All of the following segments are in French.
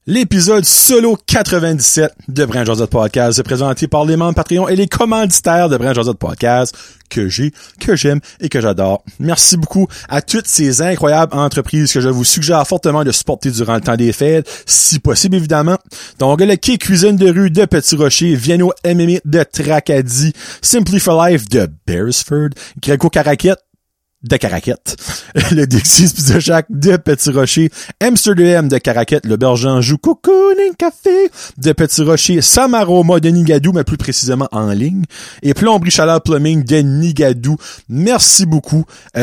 L'épisode solo 97 de Brand Josette Podcast est présenté par les membres Patreon et les commanditaires de Brand Josette Podcast que j'aime et que j'adore. Merci beaucoup à toutes ces incroyables entreprises que je vous suggère fortement de supporter durant le temps des fêtes, si possible évidemment. Donc, le Quai Cuisine de rue de Petit Rocher, Vienno MMA de Tracadie, Simply for Life de Beresford, Greco Caraquette de Caraquette, le Dixie's Pizza Shack de Petit Rocher, Amsterdam de Caraquette, le Berge-en-Joux Cocooning Café de Petit Rocher, Samaroma de Nigadou, mais plus précisément en ligne, et Plomberie Chaleur Plumbing de Nigadou. Merci beaucoup.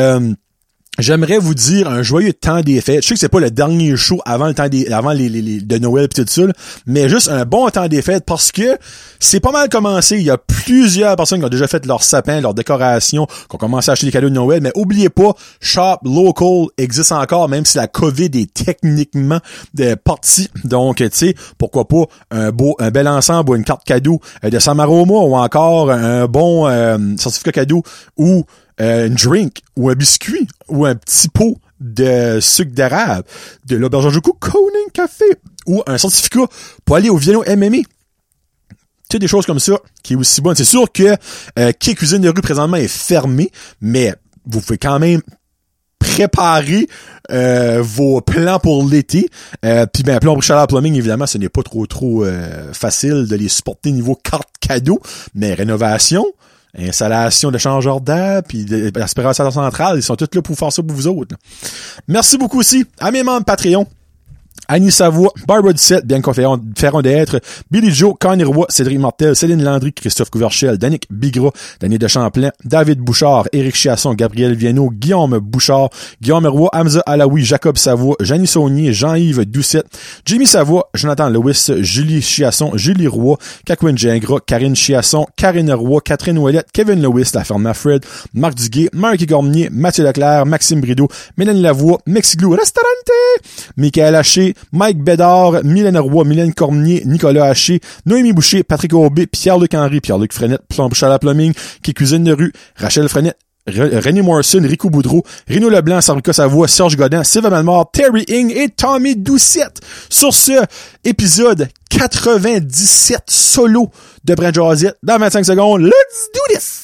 J'aimerais vous dire un joyeux temps des fêtes. Je sais que c'est pas le dernier show avant le temps avant les de Noël pis tout ça, mais juste un bon temps des fêtes parce que c'est pas mal commencé. Il y a plusieurs personnes qui ont déjà fait leur sapin, leur décoration, qui ont commencé à acheter des cadeaux de Noël, mais oubliez pas, Shop Local existe encore, même si la COVID est techniquement partie. Donc, tu sais, pourquoi pas un bel ensemble ou une carte cadeau de Samaroma ou encore un bon certificat cadeau ou un drink ou un biscuit ou un petit pot de sucre d'érable de l'Auberge Cocooning Café ou un certificat pour aller au Vienno MMA. Tu sais, des choses comme ça qui est aussi bonne. C'est sûr que Quai Cuisine de rue présentement est fermé, mais vous pouvez quand même préparer vos plans pour l'été. Puis ben Plomberie Chaleur Plumbing, évidemment, ce n'est pas trop facile de les supporter niveau carte cadeau, mais rénovation, installation de changeur d'air, puis l'aspirateur central, ils sont tous là pour faire ça pour vous autres. Merci beaucoup aussi à mes membres Patreon. Annie Savoie, Barbara Ducette, Bianca Ferron d'être, Billy Joe, Connie Roy, Cédric Martel, Céline Landry, Christophe Couverchel, Danick Bigra, Daniel de Champlain, David Bouchard, Éric Chiasson, Gabriel Viano, Guillaume Bouchard, Guillaume Roy, Hamza Alaoui, Jacob Savoie, Janie Saunier, Jean-Yves Doucette, Jimmy Savoie, Jonathan Lewis, Julie Chiasson, Julie Roy, Kakwin Gingras, Karine Chiasson, Karine Roy, Catherine Ouellette, Kevin Lewis, La Ferme Fred, Marc Duguay, Marc Gormier, Mathieu Leclerc, Maxime Brideau, Mélanie Lavoie, Mexiglou Restaurante, Michael Haché, Mike Bédard, Mylène Roy, Mylène Cormier, Nicolas Haché, Noémie Boucher, Patrick Aubé, Pierre-Luc Henry, Pierre-Luc Frenette, Plomberie Chaleur Plumbing, Quai Cuisine de rue, Rachel Frenette, René Morrison, Rico Boudreau, Rino Leblanc, Sarika Savoie, Serge Godin, Sylvain Malmort, Terry Ing et Tommy Doucette. Sur ce épisode 97 solo de Brand Josette, dans 25 secondes, let's do this!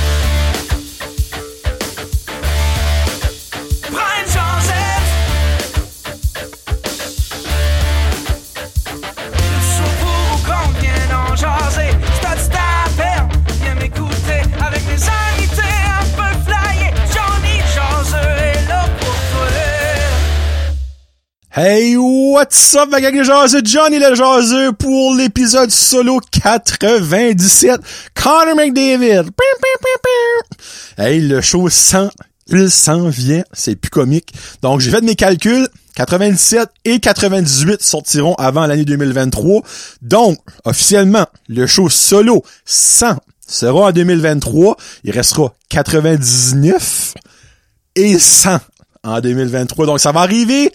Hey, what's up, ma gang de jaseux? Johnny le jaseux pour l'épisode solo 97. Connor McDavid. Hey, le show il s'en vient. C'est plus comique. Donc, j'ai fait mes calculs. 97 et 98 sortiront avant l'année 2023. Donc, officiellement, le show solo 100 sera en 2023. Il restera 99 et 100 en 2023. Donc, ça va arriver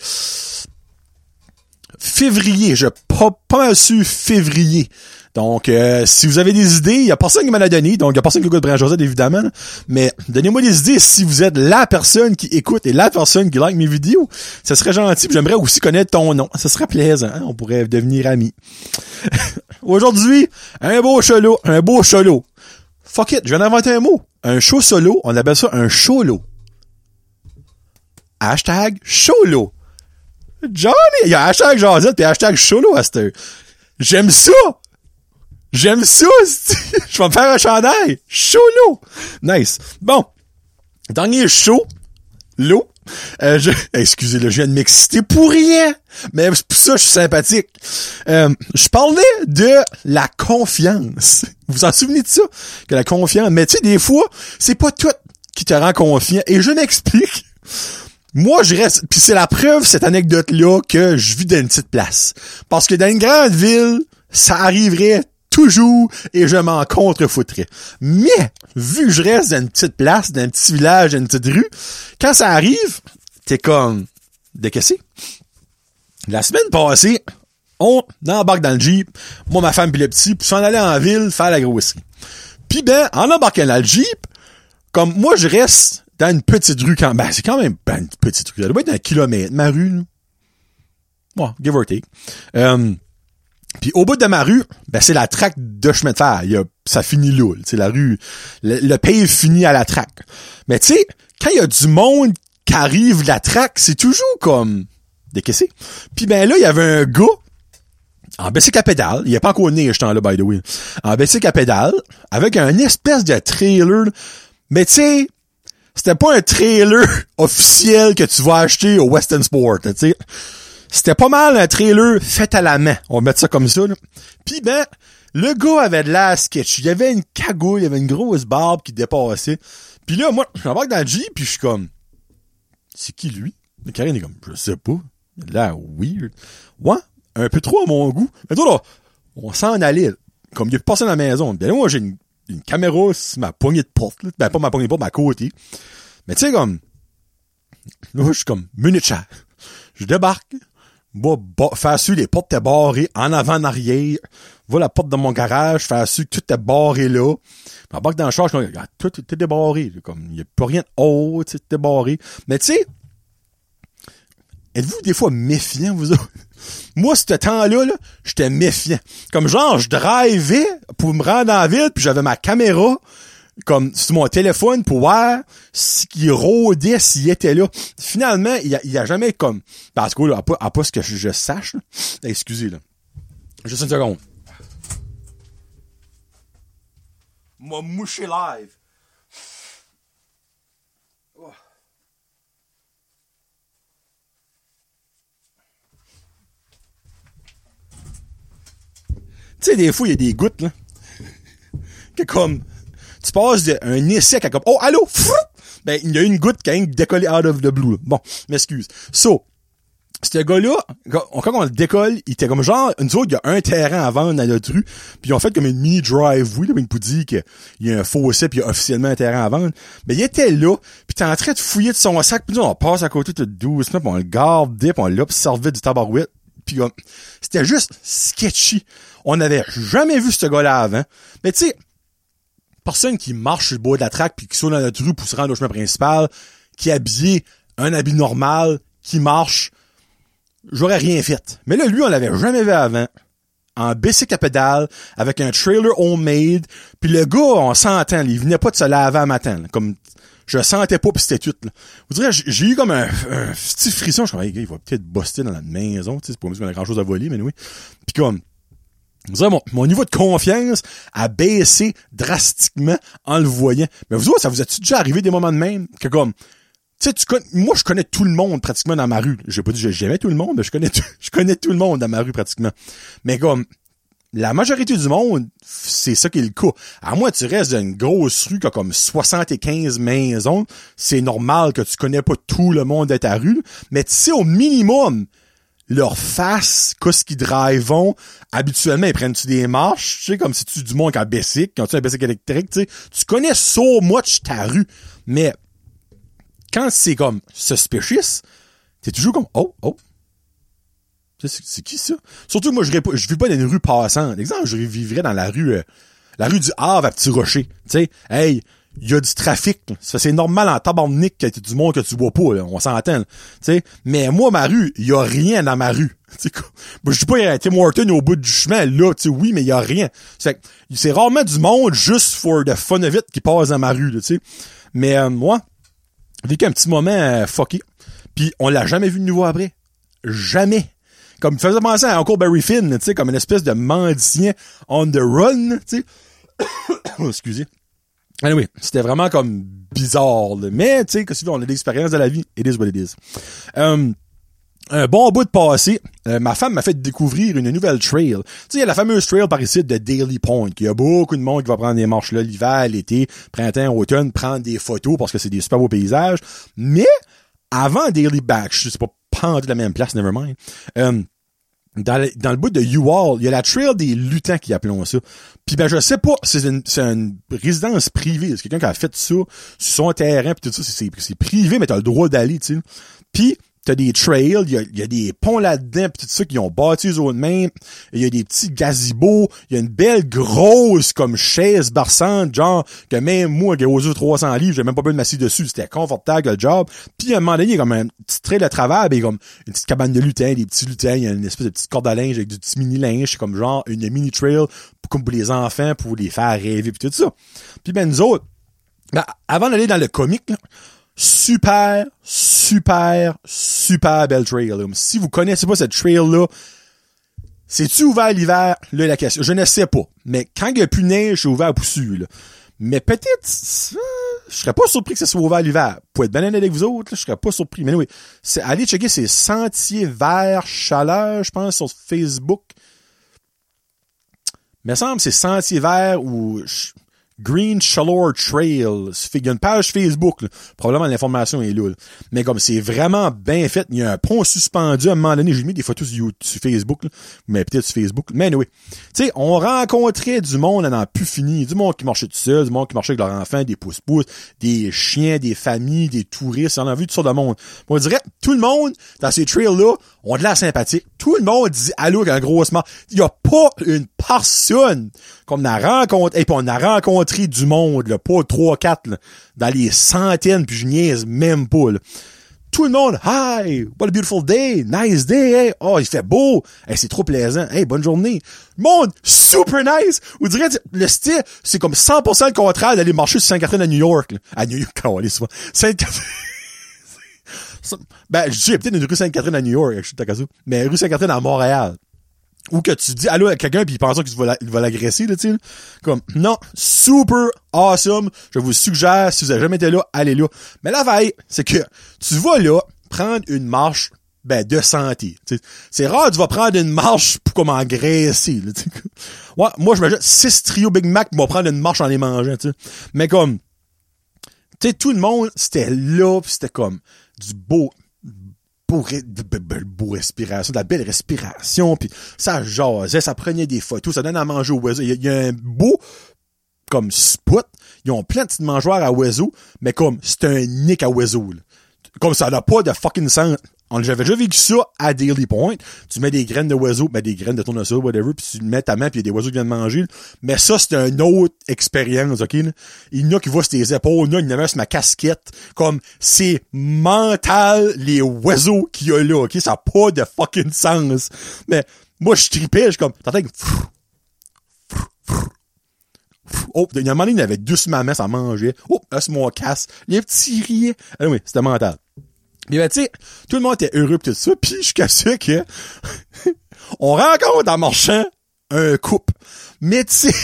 février, pas mal sûr février. Donc, si vous avez des idées, il y a personne qui m'en a donné, donc il y a personne qui écoute Brand Josette, évidemment, là. Mais donnez-moi des idées si vous êtes la personne qui écoute et la personne qui like mes vidéos. Ça serait gentil, puis j'aimerais aussi connaître ton nom. Ça serait plaisant, hein? On pourrait devenir amis. Aujourd'hui, un beau solo. Fuck it, je viens d'inventer un mot. Un show solo, on appelle ça un sholo. Hashtag sholo. Johnny, il y a hashtag Josette pis hashtag Cholo à cette heure. J'aime ça! Je vais me faire un chandail! Cholo! Nice. Bon. Dernier show. L'eau. Excusez-le, je viens de m'exciter pour rien. Mais pour ça, je suis sympathique. Je parlais de la confiance. Vous vous en souvenez de ça? Que la confiance. Mais tu sais, des fois, c'est pas tout qui te rend confiant. Et je m'explique. Moi, je reste, puis c'est la preuve, cette anecdote-là, que je vis dans une petite place. Parce que dans une grande ville, ça arriverait toujours et je m'en contrefoutrais. Mais, vu que je reste dans une petite place, dans un petit village, dans une petite rue, quand ça arrive, t'es comme, décaissé. La semaine passée, on embarque dans le Jeep, moi, ma femme pis le petit, pour s'en aller en ville, faire la grosserie. Puis ben, en embarquant dans le Jeep, comme moi, je reste dans une petite rue c'est quand même une petite rue. Ça doit être un kilomètre, ma rue, là. Bon, give or take. Puis au bout de ma rue, ben c'est la traque de chemin de fer. Ça finit là. Tu sais, la rue, le pave finit à la traque. Mais tu sais, quand il y a du monde qui arrive de la traque, c'est toujours comme décaissé. Puis ben là, il y avait un gars en bicycle à pédale. Il est pas encore né, ce temps-là, by the way. En bicycle à pédale, avec un espèce de trailer. Mais tu sais, c'était pas un trailer officiel que tu vas acheter au Western Sport, tu sais. C'était pas mal un trailer fait à la main. On va mettre ça comme ça, là. Puis ben, le gars avait de la sketch. Il y avait une cagoule, il y avait une grosse barbe qui dépassait. Puis là, moi, j'embarque dans le Jeep, puis je suis comme, c'est qui lui? Le Karine est comme, je sais pas. Il a l'air weird. Ouais, un peu trop à mon goût. Mais toi, là, on s'en allait. Comme il est passé dans la maison. Ben là, moi, j'ai une caméra sur ma poignée de porte, là. Ben pas ma poignée de porte, ma côté. Mais tu sais, comme, là, je suis comme, minute chat. Je débarque. Moi, faire sûr les portes étaient barrées en avant, en arrière. Va la porte de mon garage, faire sûr que tout est barré là. M'embarque dans le char, je suis comme, tout est débarré. Comme, il n'y a pas rien de haut, tout est débarré. Mais tu sais, êtes-vous des fois méfiants, vous autres? Moi, ce temps-là, là, j'étais méfiant. Comme genre, je drivais pour me rendre dans la ville, puis j'avais ma caméra comme sur mon téléphone pour voir s'il rôdait, s'il était là. Finalement, il a jamais comme... Parce que là, à pas ce que je sache. Là. Excusez, là. Juste une seconde. M'a mouché live. Oh. Tu sais, des fois, il y a des gouttes, là. Que comme... Tu passes d'un essai à comme, oh, allô? Ben, il y a une goutte qui a décollé out of the blue. Bon, m'excuse. So, ce gars-là, quand on le décolle, il était comme genre, nous autres, il y a un terrain à vendre dans notre rue, puis ils ont fait comme une mini-driveway, là, une pour dire qu'il y a un fossé, puis il y a officiellement un terrain à vendre. Mais il était là, puis t'es en train de fouiller de son sac, puis nous, on passe à côté de doucement, puis on le gardait, puis on l'observait du tabarouette, puis c'était juste sketchy. On n'avait jamais vu ce gars-là avant. Mais tu sais, personne qui marche sur le bois de la traque puis qui saute dans notre rue pour se rendre au chemin principal, qui est habillé un habit normal, qui marche, j'aurais rien fait. Mais là, lui, on l'avait jamais vu avant. En bicycle à pédale, avec un trailer homemade, puis le gars, on s'entend, il venait pas de se laver à matin. Là, comme, je sentais pas pis c'était tout, là. Vous direz, j'ai eu comme un petit frisson, je suis comme, hey, gars, il va peut-être buster dans la maison, tu sais, c'est pas comme si on a grand chose à voler, mais oui. Puis comme, vous savez, mon niveau de confiance a baissé drastiquement en le voyant. Mais vous autres, ça vous a-tu déjà arrivé des moments de même? Que comme, tu sais, moi, je connais tout le monde pratiquement dans ma rue. J'ai pas dit que j'aimais tout le monde, mais je connais tout le monde dans ma rue pratiquement. Mais comme, la majorité du monde, c'est ça qui est le cas. À moins que tu restes dans une grosse rue qui a comme 75 maisons, c'est normal que tu connais pas tout le monde de ta rue. Mais tu sais, au minimum, leur face, qu'est-ce qu'ils drivent, habituellement, ils prennent-tu des marches, tu sais, comme si tu du monde qui a un bicycle, quand tu as un bicycle électrique, tu sais, tu connais so much ta rue, mais quand c'est comme suspicious, t'es toujours comme, oh, c'est qui ça? Surtout, moi, je vis pas dans une rue passante. Exemple, je vivrais dans la rue du Havre à Petit Rocher, tu sais, hey, il y a du trafic, là. C'est normal en tabarnak qu'il y ait du monde que tu vois pas, là. On s'entend, tu sais. Mais moi, ma rue, il y a rien dans ma rue. T'sais, moi, je dis pas qu'il y a Tim Horton au bout du chemin, là, tu sais, oui, mais il y a rien. C'est rarement du monde juste for the fun of it qui passe dans ma rue, tu sais. Mais moi, j'ai vécu un petit moment fucké. Puis on l'a jamais vu de nouveau après. Jamais. Comme il faisait penser à Huckleberry Finn, tu sais, comme une espèce de mendiant on the run, tu sais. Excusez. Anyway, c'était vraiment comme bizarre, là. Mais, tu sais, que si on a des expériences de la vie, it is what it is. Un bon bout de passé, ma femme m'a fait découvrir une nouvelle trail. Tu sais, il y a la fameuse trail par ici de Daily Point. Il y a beaucoup de monde qui va prendre des marches là, l'hiver, l'été, printemps, automne, prendre des photos parce que c'est des super beaux paysages. Mais, avant Daily Back, je sais pas, pendu de la même place, never mind. Dans le bout de U-Haul, il y a la trail des lutins qui appelons ça. Puis ben je sais pas, c'est une résidence privée. C'est quelqu'un qui a fait ça sur son terrain pis tout ça, c'est privé, mais t'as le droit d'aller, tu sais. Puis t'as des trails, il y a des ponts là-dedans, pis tout ça, qui ont bâti eux autres mêmes. Il y a des petits gazebos, il y a une belle grosse, comme chaise barçante, genre, que même moi, qui ai osé 300 livres, j'ai même pas besoin de m'asseoir dessus, c'était confortable, le job. Puis à un moment donné, il y a comme un petit trail de travers, ben, comme une petite cabane de lutin, des petits lutins, il y a une espèce de petite corde à linge avec du petit mini-linge, c'est comme genre une mini-trail, comme pour les enfants, pour les faire rêver, pis tout ça. Puis ben, nous autres, ben, avant d'aller dans le comique, là, super belle trail, là. Si vous connaissez pas cette trail-là, c'est-tu ouvert l'hiver? Là, la question. Je ne sais pas. Mais quand il n'y a plus de neige, c'est ouvert à poussu, là. Mais peut-être, je serais pas surpris que ça soit ouvert l'hiver. Pour être bien honnête avec vous autres, là, je serais pas surpris. Mais oui, allez checker ces sentiers verts chaleur, je pense, sur Facebook. Mais il me semble que c'est sentiers verts ou Green Chaleur Trail. Il y a une page Facebook, là. Probablement l'information est là. Mais comme c'est vraiment bien fait, il y a un pont suspendu à un moment donné. J'ai mis des photos sur Facebook, là. Mais peut-être sur Facebook. Mais oui. Tu sais, on rencontrait du monde à n'en plus fini. Du monde qui marchait tout seul, du monde qui marchait avec leurs enfants, des pousse-pousse, des chiens, des familles, des touristes. On a vu toutes sortes de monde. On dirait, tout le monde, dans ces trails-là, ont de l'air sympathique. Tout le monde dit allô avec un gros smile. Il y a pas une personne comme on a rencontré, et puis on a rencontré du monde, là, pas 3-4, là, dans les centaines, puis je niaise même pas, là. Tout le monde, hi, what a beautiful day, nice day, hey, oh, il fait beau, hey, c'est trop plaisant, hey, bonne journée. Le monde, super nice. Vous direz, le style, c'est comme 100% le contraire d'aller marcher sur Sainte-Catherine à New York, là. À New York, quand on est souvent. Sainte-Catherine. Ben, je dis, peut-être une rue Sainte-Catherine à New York, je suis Takasu, mais rue Sainte-Catherine à Montréal. Ou que tu dis allô à quelqu'un pis il pense qu'il va l'agresser, là, tu sais. Comme, non, super awesome. Je vous suggère, si vous avez jamais été là, allez là. Mais la veille, c'est que tu vas là prendre une marche, ben, de santé. T'sais. C'est rare, tu vas prendre une marche pour comme engraisser, là, t'sais. Ouais, moi, je m'achète 6 trios Big Mac pour m'en prendre une marche en les mangeant, tu sais. Mais comme, tu sais, tout le monde, c'était là pis c'était comme du beau respiration, de la belle respiration, puis ça jasait, ça prenait des photos, ça donne à manger aux oiseaux. Il y a un beau, comme, spot. Ils ont plein de petites mangeoires à oiseaux, mais comme, c'est un nick à oiseaux, là. Comme ça n'a pas de fucking sens. J'avais déjà vécu ça à Daily Point. Tu mets des graines de oiseaux, ben des graines de tournesol, whatever, puis tu mets ta main, puis il y a des oiseaux qui viennent manger. Mais ça, c'est une autre expérience, ok? Là? Il y en a qui voient sur tes épaules, il y en a sur ma casquette. Comme, c'est mental, les oiseaux qu'il y a là, ok? Ça n'a pas de fucking sens. Mais moi, je tripais, je suis comme, t'entends que... Oh, il y a un moment donné, il y avait deux sur ma main, ça mangeait. Oh, là, c'est mon casse. Les petits riais. Ah oui, c'était mental. Mais ben, tu sais, tout le monde était heureux pis tout ça, pis je suis cassé que on rencontre en marchant un couple. Mais tu sais,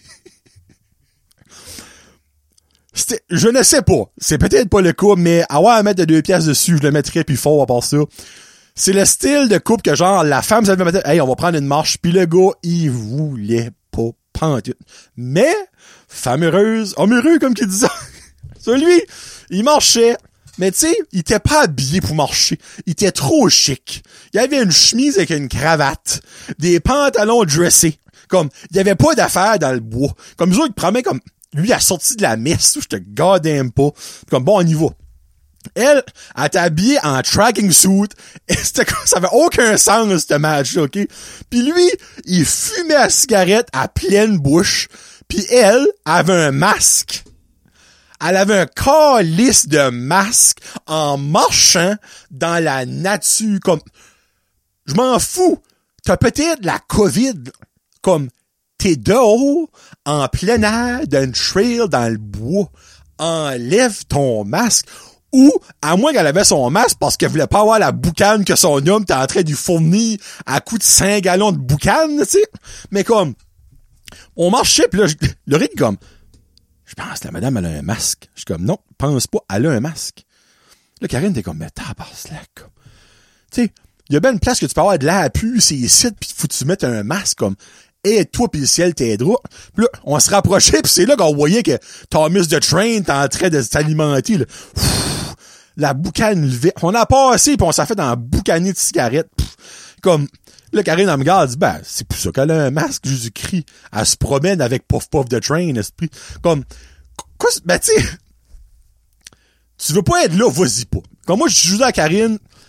je ne sais pas. C'est peut-être pas le cas, mais avoir à mettre de 2 pièces dessus, je le mettrais puis fort à part ça. C'est le style de couple que genre, la femme, ça veut mettre, hey, on va prendre une marche, puis le gars, il voulait pas pantoute. Mais, femme heureuse, homme heureux, comme qu'il disait. Ça, lui, il marchait. Mais tu sais, il était pas habillé pour marcher. Il était trop chic. Il avait une chemise avec une cravate, des pantalons dressés. Comme, il y avait pas d'affaires dans le bois. Comme ça, il promet comme, lui, il a sorti de la messe, je te goddamn pas. Comme, bon, on y va. Elle était habillée en tracking suit. Et ça avait aucun sens, ce match-là, ok? Puis lui, il fumait la cigarette à pleine bouche. Puis elle avait un masque. Elle avait un calice de masque en marchant dans la nature. Comme, je m'en fous. T'as peut-être la COVID. Comme, t'es dehors, en plein air, dans une trail, dans le bois. Enlève ton masque. Ou, à moins qu'elle avait son masque parce qu'elle voulait pas avoir la boucane que son homme était en train de lui fournir à coup de 5 gallons de boucane, tu sais. Mais comme, on marchait, pis là, le rythme comme, je pense, la madame, elle a un masque. Je suis comme, non, pense pas, elle a un masque. Là, Karine, t'es comme, mais tabarnak, comme. Tu sais, il y a bien une place que tu peux avoir de l'air à pu, c'est ici, pis faut que tu mettes un masque, comme, et toi pis le ciel t'aidera. Pis là, on se rapprochait, pis c'est là qu'on voyait que Thomas the Train était en train de s'alimenter, là. Pfff, la boucane levée. On a passé, pis on s'est fait dans la boucanée de cigarettes. Pfff, comme, là, Karine, elle me regarde, elle dit, ben, c'est pour ça qu'elle a un masque, Jésus-Christ. Elle se promène avec Puff Puff the Train, esprit. Comme, quoi, ben, tu sais, tu veux pas être là, vas-y pas. Comme moi, je suis juste à Karine,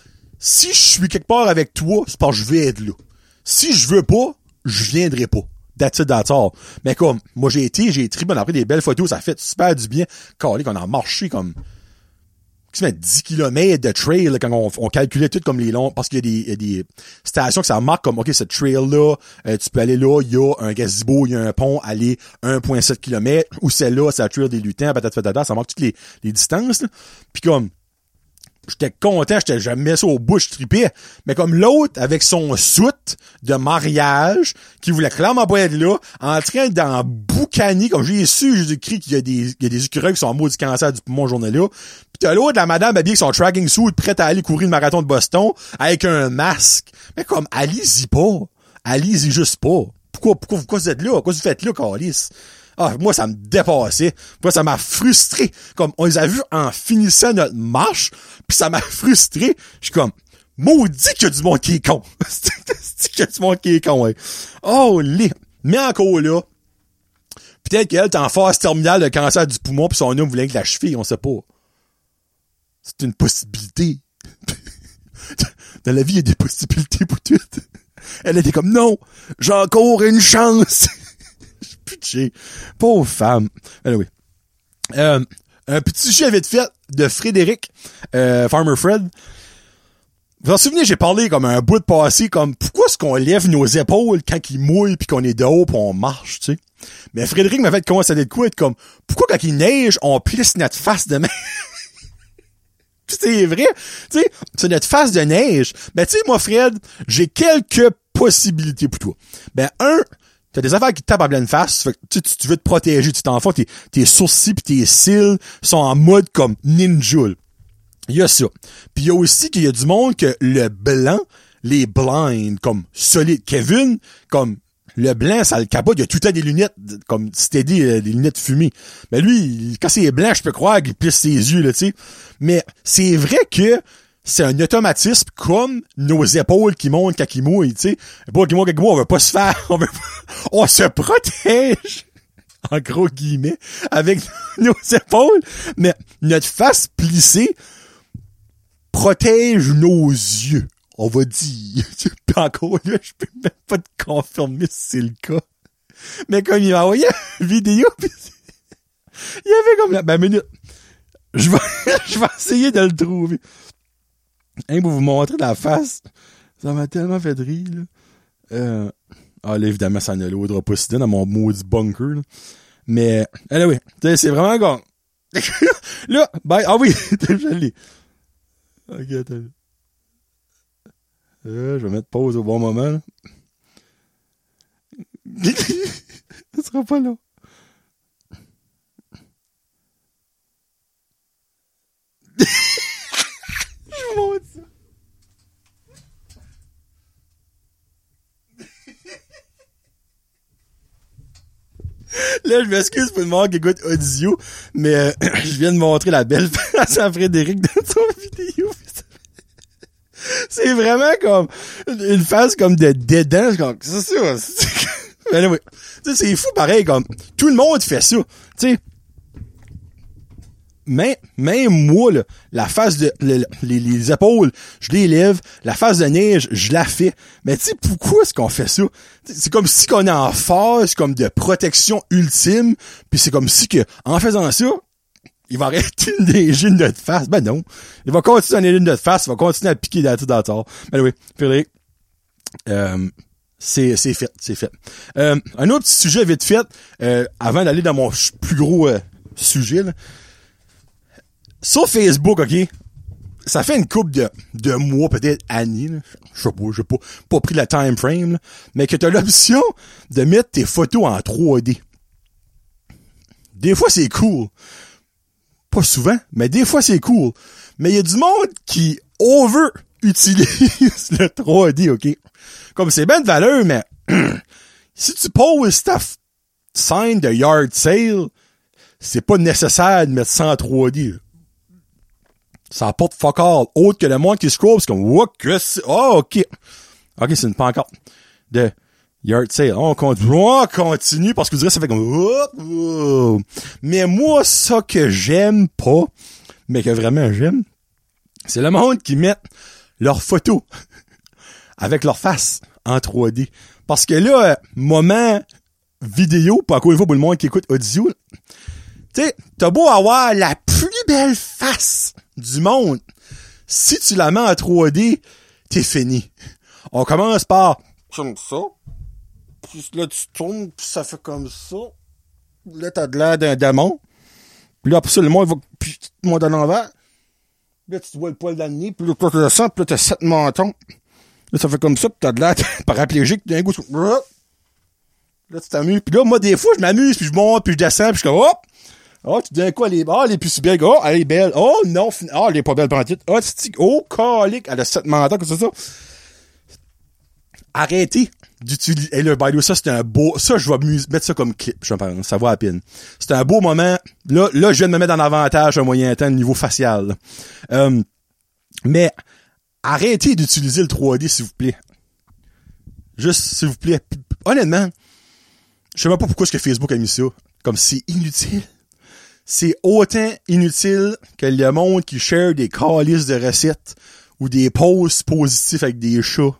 si je suis quelque part avec toi, c'est parce que je vais être là. Si je veux pas, je viendrai pas. That's it, that's all. Mais comme, moi j'ai trippé, on a pris des belles photos, ça fait super du bien. Calé qu'on a marché comme, 10 km de trail, là, quand on calculait tout comme les longs, parce qu'il y a des stations que ça marque comme, OK, ce trail-là, tu peux aller là, il y a un gazebo, il y a un pont, aller 1,7 km, ou celle-là, c'est la trail des lutins, patata, ça marque toutes les distances, là. Puis comme, j'étais content, jamais ça au bout, je tripais. Mais comme l'autre, avec son soute de mariage, qui voulait clairement pas être là, en train d'en boucaner, comme j'ai écrit qu'il y a des écureuils qui sont en mode du cancer du poumon journée-là. Pis t'as l'autre, la madame habillée avec son tracking suit, prête à aller courir le marathon de Boston, avec un masque. Mais comme, allez-y pas. Allez-y juste pas. Pourquoi vous êtes là? Pourquoi vous faites là, câlisse? Ah, moi, ça me dépassait. Moi, ça m'a frustré. Comme, on les a vus en finissant notre marche, puis ça m'a frustré. Je suis comme, maudit qu'il y a du monde qui est con. C'est qu'il y a du monde qui est con, ouais. Oh, mais encore là, peut-être qu'elle est en phase terminale de cancer du poumon, puis son homme voulait que la cheville, on sait pas. C'est une possibilité. Dans la vie, il y a des possibilités pour tout. Elle était comme, non, j'ai encore une chance. Pitché. Pauvre femme. Anyway. Un petit sujet vite fait de Frédéric, Farmer Fred. Vous vous en souvenez, j'ai parlé comme un bout de passé, comme pourquoi est-ce qu'on lève nos épaules quand il mouille puis qu'on est dehors pis on marche, tu sais. Mais Frédéric m'a fait commencer à dire quoi, être comme pourquoi quand il neige, on plisse notre face de main. C'est vrai, tu sais, c'est notre face de neige. Ben tu sais, moi Fred, j'ai quelques possibilités pour toi. Ben t'as des affaires qui te tapent en pleine face, fait que, tu veux te protéger, tu t'en fous, tes sourcils pis tes cils sont en mode comme ninja. Il y a ça. Puis il y a aussi qu'il y a du monde que le blanc, les blinds, comme solide. Kevin, comme le blanc, ça le capote, il y a tout le temps des lunettes, comme c'était dit, des lunettes fumées. Mais lui, quand c'est blanc, je peux croire qu'il plisse ses yeux, là, tu sais. Mais c'est vrai que c'est un automatisme comme nos épaules qui montent quand ils mouillent, tu sais. Épaules qui montent quand ils mouillent, on veut pas se faire, on se protège, en gros guillemets, avec nos épaules, mais notre face plissée protège nos yeux, on va dire. Puis encore là, je peux même pas te confirmer si c'est le cas. Mais comme il m'a envoyé une vidéo, pis il y avait comme la minute. Je vais essayer de le trouver. Hein, pour vous montrer la face. Ça m'a tellement fait rire, là. Là, évidemment, ça ne l'audra pas si dans mon maudit bunker, là. Mais, anyway, c'est vraiment comme... là, ah oui, je l'ai. Ok, attends. Je vais mettre pause au bon moment, là. Ça sera pas long. Je vous montre ça. Là, je m'excuse pour le monde qui écoute audio, mais je viens de montrer la belle face à Frédéric dans son vidéo. C'est vraiment comme une face comme de dédain. C'est ça. Mais oui. C'est fou pareil, comme tout le monde fait ça. Tu sais. Mais même moi, là, la face de les épaules, je les lève, la face de neige, je la fais. Mais tu sais, pourquoi est-ce qu'on fait ça? T'sais, c'est comme si qu'on est en phase comme de protection ultime, puis c'est comme si que en faisant ça, il va arrêter de neiger notre face. Ben non. Il va continuer à neiger notre face, il va continuer à piquer dans le tort. Ben oui, Frédéric. C'est fait. Un autre petit sujet vite fait, avant d'aller dans mon plus gros sujet, là. Sur Facebook, OK, ça fait une couple de mois, peut-être années, là. Je sais pas, j'ai pas pris la time frame, là, mais que t'as l'option de mettre tes photos en 3D. Des fois, c'est cool. Pas souvent, mais des fois, c'est cool. Mais il y a du monde qui utilise le 3D, OK? Comme c'est bien de valeur, mais si tu poses ta scène de yard sale, c'est pas nécessaire de mettre ça en 3D, là. Ça apporte fuck all. Autre que le monde qui scroll, c'est comme, what, que c'est? Oh, OK. OK, c'est une pancarte de yard sale. On continue parce que vous direz, ça fait comme, mais moi, ça que j'aime pas, mais que vraiment j'aime, c'est le monde qui met leurs photos avec leur face en 3D. Parce que là, moment vidéo, pas encore une fois pour le monde qui écoute audio, tu sais, t'as beau avoir la plus belle face du monde, si tu la mets en 3D, t'es fini. On commence par comme ça, puis là tu tournes, puis ça fait comme ça. Là t'as de l'air d'un démon. Puis là après ça, le monde va puis le monde à l'envers. Là tu vois le poil dans le nez, puis là tu le sens, puis là t'as 7 mentons. Là ça fait comme ça, puis t'as de l'air paraplégique d'un coup. Là tu t'amuses. Puis là moi des fois je m'amuse, puis je monte, puis je descends, puis je suis comme hop. Oh, tu dis quoi, elle est plus si belle. Oh, elle est belle. Oh, non, elle est pas belle pendant tout. Oh, calique, elle a 7 mentons, comme ça. Arrêtez d'utiliser, et là, by the way, ça, c'est un beau, ça, je vais mettre ça comme clip, je pense, ça va à peine. C'est un beau moment. Là, je viens de me mettre en avantage un moyen temps, au niveau facial. Mais, arrêtez d'utiliser le 3D, s'il vous plaît. Juste, s'il vous plaît. Honnêtement, je sais même pas pourquoi est-ce que Facebook a mis ça. Comme c'est inutile. C'est autant inutile que le monde qui share des calices de recettes ou des posts positifs avec des chats.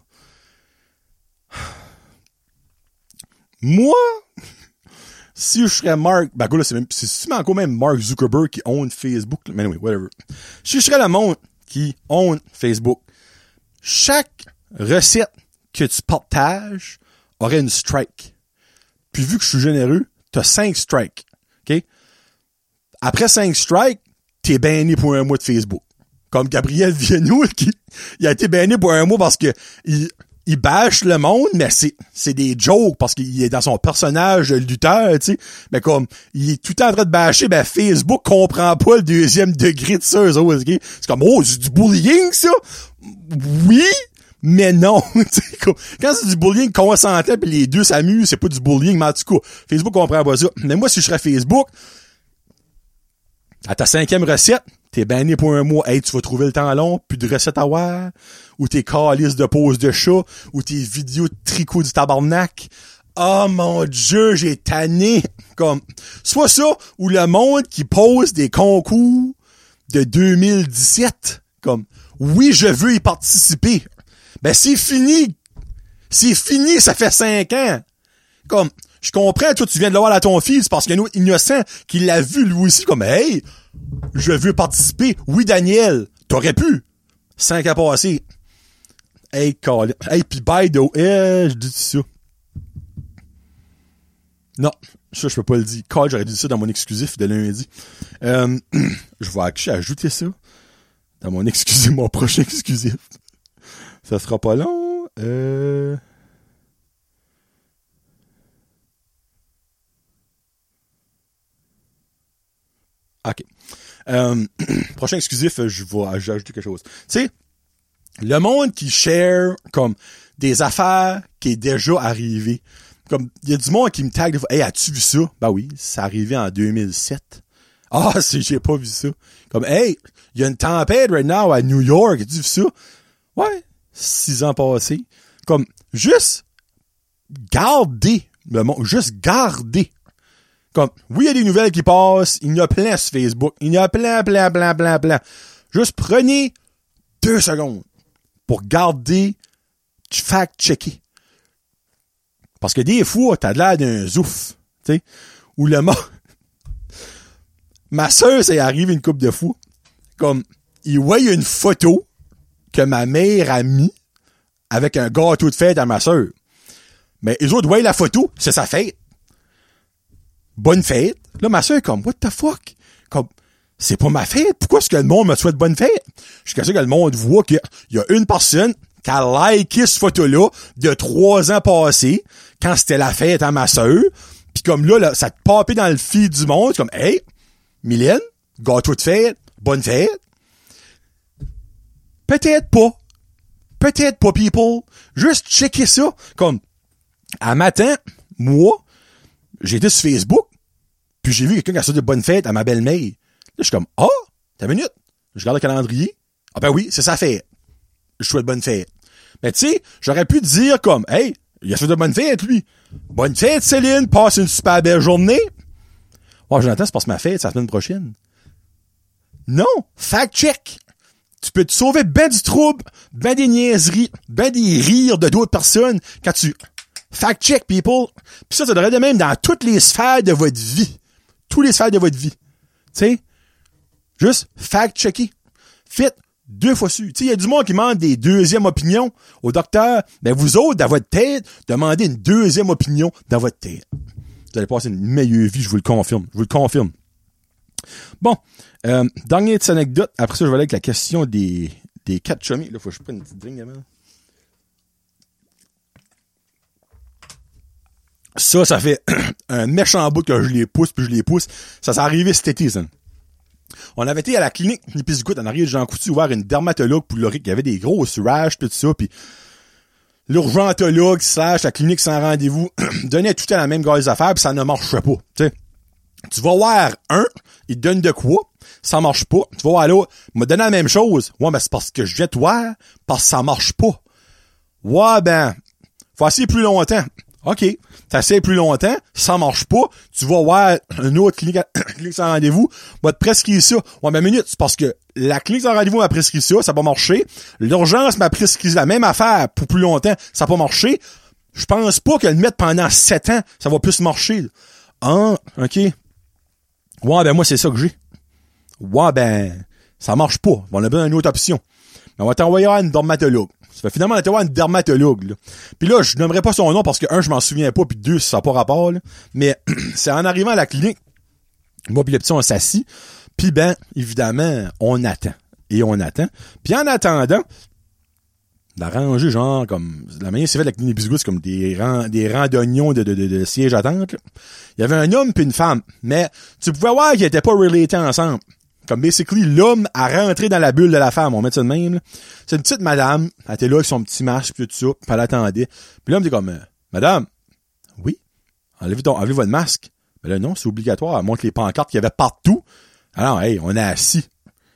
Moi, si je serais Mark, ben là, c'est encore même Mark Zuckerberg qui own Facebook, mais anyway, whatever. Si je serais le monde qui own Facebook, chaque recette que tu partages aurait une strike. Puis vu que je suis généreux, t'as 5 strikes. OK? Après 5 strikes, t'es banni pour un mois de Facebook. Comme Gabriel Viennoul, il a été banni pour un mois parce que il bâche le monde, mais c'est des jokes parce qu'il est dans son personnage de lutteur, tu sais. Mais comme, il est tout le temps en train de bâcher, ben Facebook comprend pas le deuxième degré de ça, eux autres, okay? C'est comme, oh, c'est du bullying, ça? Oui, mais non. Quand c'est du bullying consentant pis les deux s'amusent, c'est pas du bullying, mais en tout cas, Facebook comprend pas ça. Mais moi, si je serais Facebook, à ta 5e recette, t'es banni pour un mois. Hey, tu vas trouver le temps long, plus de recettes à voir, ou tes calices de pose de chat, ou tes vidéos de tricot du tabarnak. Oh mon Dieu, j'ai tanné. Comme, soit ça, ou le monde qui pose des concours de 2017. Comme, oui, je veux y participer. Ben, c'est fini. C'est fini, ça fait 5 ans. Comme, je comprends, toi, tu viens de l'avoir à ton fils parce qu'il y a un autre innocent qui l'a vu lui aussi comme, hey, je veux participer. Oui, Daniel, t'aurais pu. 5 à passer. Hey, Colin. Hey, pis by the way, je dis ça. Non, ça, je peux pas le dire. Colin, j'aurais dit ça dans mon exclusif de lundi. Je vais ajouter ça dans mon exclusif, mon prochain exclusif. Ça sera pas long. OK. Prochain exclusif, j'ai ajouté quelque chose. Tu sais, le monde qui share comme des affaires qui est déjà arrivé. Comme, il y a du monde qui me tag des fois. Hey, as-tu vu ça? Ben oui, ça arrivé en 2007. Ah, j'ai pas vu ça. Comme, hey, il y a une tempête right now à New York. As-tu vu ça? Ouais, 6 ans passés. Comme, juste garder le monde. Juste garder. Comme, oui, il y a des nouvelles qui passent. Il y en a plein sur Facebook. Il y en a plein. Juste prenez 2 secondes pour garder, fact-checker. Parce que des fois, t'as l'air d'un zouf, tu sais, ou le mot. Ma sœur, ça y arrive une couple de fois. Comme, il voit une photo que ma mère a mis avec un gâteau de fête à ma sœur. Mais les autres voient la photo, c'est sa fête. Bonne fête. Là, ma sœur est comme, what the fuck? Comme, c'est pas ma fête. Pourquoi est-ce que le monde me souhaite bonne fête? Jusqu'à ce que le monde voit qu'il y a une personne qui a liké cette photo-là de 3 ans passés, quand c'était la fête à ma sœur. Puis comme là, ça te popait dans le feed du monde. C'est comme, hey, Mylène, gâteau de fête, bonne fête. Peut-être pas, people. Juste checker ça. Comme, à matin, moi, j'ai été sur Facebook, puis j'ai vu quelqu'un qui a souhaité de bonne fête à ma belle-mère. Là, je suis comme, t'as une minute. Je regarde le calendrier. Ah ben oui, c'est sa fête. Je souhaite bonne fête. Mais tu sais, j'aurais pu dire comme, hey, il a souhaité de bonne fête, lui. Bonne fête, Céline, passe une super belle journée. Ouais, Jonathan, c'est parce que ma fête, c'est la semaine prochaine. Non, fact check. Tu peux te sauver ben du trouble, ben des niaiseries, ben des rires de d'autres personnes quand tu fact-check people. Puis ça devrait être de même dans toutes les sphères de votre vie. Toutes les sphères de votre vie. Tu sais? Juste fact-checker. Faites 2 fois su. Tu sais, il y a du monde qui demande des deuxièmes opinions au docteur. Ben, vous autres, dans votre tête, demandez une deuxième opinion dans votre tête. Vous allez passer une meilleure vie, je vous le confirme. Je vous le confirme. Bon. Dernière petite anecdote. Après ça, je vais aller avec la question des 4 chummies. Là, faut que je prenne une petite drink avant. Ça fait un méchant bout que je les pousse, puis je les pousse. Ça s'est arrivé cet été, ça. On avait été à la clinique Nipisgout en arrière de Jean Coutu voir une dermatologue pour Loric. Il y avait des grosses rages, tout ça, puis l'urgentologue / la clinique sans rendez-vous donnait tout le temps la même grosse affaire, puis ça ne marchait pas. Tu sais, tu vas voir un, il te donne de quoi, ça marche pas. Tu vas voir l'autre, il m'a donné la même chose. Ouais, mais c'est parce que je viens te voir, parce que ça marche pas. Ouais, ben, faut essayer plus longtemps. OK, t'essayes plus longtemps, ça marche pas, tu vas voir une autre clinique sans rendez-vous, va te prescrire ça. Ouais, mais minute, c'est parce que la clinique sans rendez-vous m'a prescrit ça, ça n'a pas marché. L'urgence m'a prescrit la même affaire pour plus longtemps, ça n'a pas marché. Je pense pas que le mettre pendant 7 ans, ça va plus marcher. Ah, OK. Ouais, ben moi, c'est ça que j'ai. Ouais, ben, ça marche pas. On a besoin d'une autre option. On va t'envoyer à une dermatologue. Ça fait finalement, on a été voir une dermatologue, là. Puis là, je nommerai pas son nom parce que, 1, je m'en souviens pas, puis 2, ça n'a pas rapport, là. Mais, c'est en arrivant à la clinique, moi puis le petit, on s'assit. Puis ben, évidemment, on attend. Et on attend. Puis en attendant, d'arranger, genre, comme, la manière c'est fait de la clinique Biscuit, c'est comme des rangs d'oignons de sièges attente, là. Il y avait un homme puis une femme. Mais, tu pouvais voir qu'ils étaient pas relatés ensemble. Comme, basically, l'homme a rentré dans la bulle de la femme, on met ça de même, là. C'est une petite madame, elle était là avec son petit masque pis tout ça, pis elle attendait. Puis l'homme dit comme, madame, oui, enlevez votre masque. Ben là, non, c'est obligatoire, elle montre les pancartes qu'il y avait partout. Alors, hey, on est assis.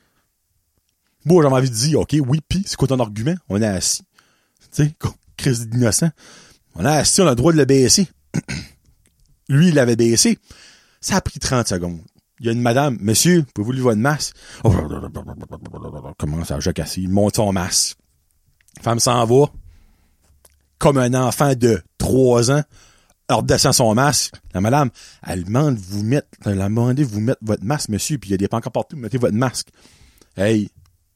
Bon, j'avais envie de dire, OK, oui, pis, c'est quoi ton argument? On est assis. Tu sais, crise d'innocent. On est assis, on a le droit de le baisser. Lui, il l'avait baissé. Ça a pris 30 secondes. Il y a une madame, monsieur, pouvez-vous lui voir une masque? Oh, comment ça, jacasser? Il monte son masque. La femme s'en va. Comme un enfant de 3 ans. Elle redescend son masque. La madame, elle demande de vous mettre votre masque, monsieur, puis il y a des pancartes partout, mettez votre masque. Hey.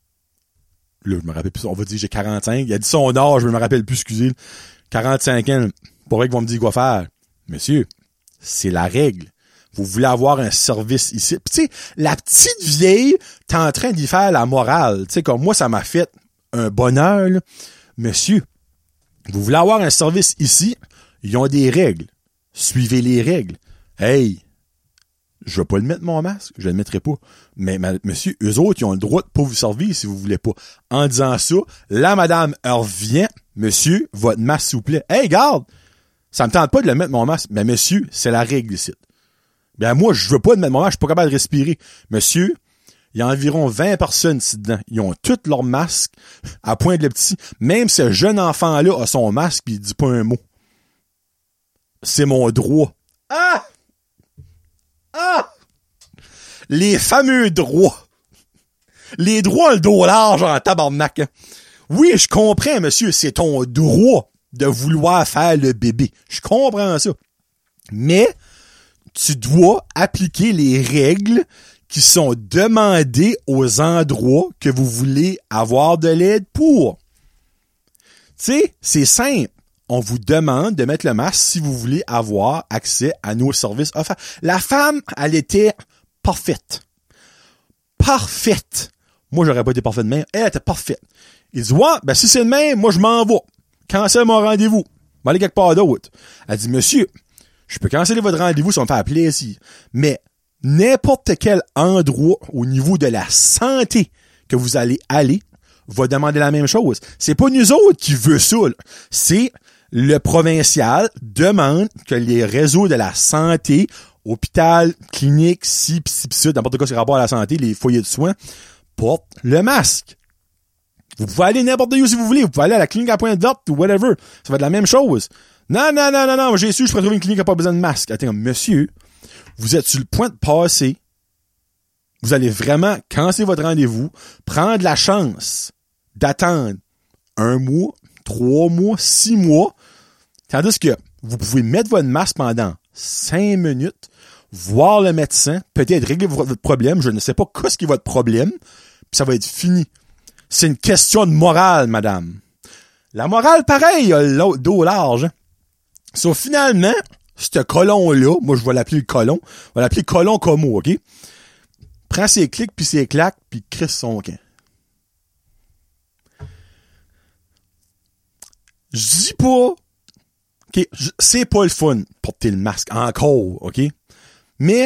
Là, je me rappelle plus, on va dire j'ai 45. Il a dit son âge, je me rappelle plus, excusez. 45 ans. Pour vrai qu'ils vont me dire quoi faire. Monsieur, c'est la règle. Vous voulez avoir un service ici. Puis tu sais, la petite vieille, t'es en train d'y faire la morale. Tu sais, comme moi, ça m'a fait un bonheur, là. Monsieur, vous voulez avoir un service ici, ils ont des règles. Suivez les règles. Hey, je vais pas le mettre mon masque, je le mettrai pas. Mais monsieur, eux autres, ils ont le droit de pas vous servir si vous voulez pas. En disant ça, la madame revient. Monsieur, votre masque, s'il vous plaît. Hey, garde! Ça me tente pas de le mettre mon masque. Mais monsieur, c'est la règle ici. Ben moi, je veux pas de mettre mon masque, je suis pas capable de respirer. Monsieur, il y a environ 20 personnes ici dedans. Ils ont tous leurs masques à pointe le petit. Même ce jeune enfant-là a son masque pis il dit pas un mot. C'est mon droit. Ah! Ah! Les fameux droits. Les droits, le dos large en tabarnak. Hein. Oui, je comprends, monsieur, c'est ton droit de vouloir faire le bébé. Je comprends ça. Mais tu dois appliquer les règles qui sont demandées aux endroits que vous voulez avoir de l'aide pour. Tu sais, c'est simple. On vous demande de mettre le masque si vous voulez avoir accès à nos services offerts. La femme, elle était parfaite. Parfaite. Moi, j'aurais pas été parfaite de même. Elle était parfaite. Il dit, ouais, ben si c'est le même, moi, je m'en vais. Cancelle mon rendez-vous. Je vais aller quelque part d'autre. Elle dit, monsieur, je peux canceller votre rendez-vous si on me fait plaisir. Mais n'importe quel endroit au niveau de la santé que vous allez aller va demander la même chose. C'est pas nous autres qui veut ça. Là. C'est le provincial demande que les réseaux de la santé, hôpital, clinique, ci, n'importe quoi qui a rapport à la santé, les foyers de soins, portent le masque. Vous pouvez aller n'importe où si vous voulez. Vous pouvez aller à la clinique à Pointe Verte ou whatever. Ça va être la même chose. Non, j'ai su, je pourrais trouver une clinique qui n'a pas besoin de masque. Attends, monsieur, vous êtes sur le point de passer vous allez vraiment canceller votre rendez-vous, prendre la chance d'attendre 1 mois, 3 mois, 6 mois, tandis que vous pouvez mettre votre masque pendant 5 minutes, voir le médecin, peut-être régler votre problème, je ne sais pas qu'est-ce qui est votre problème, puis ça va être fini. C'est une question de morale, madame. La morale, pareil, a le dos large. Hein? So, finalement, ce colon-là, moi je vais l'appeler le colon, on va l'appeler colon como, OK? Prends ses clics puis ses claques, puis crisse son camp. Je dis pas, OK, c'est pas le fun porter le masque encore, OK? Mais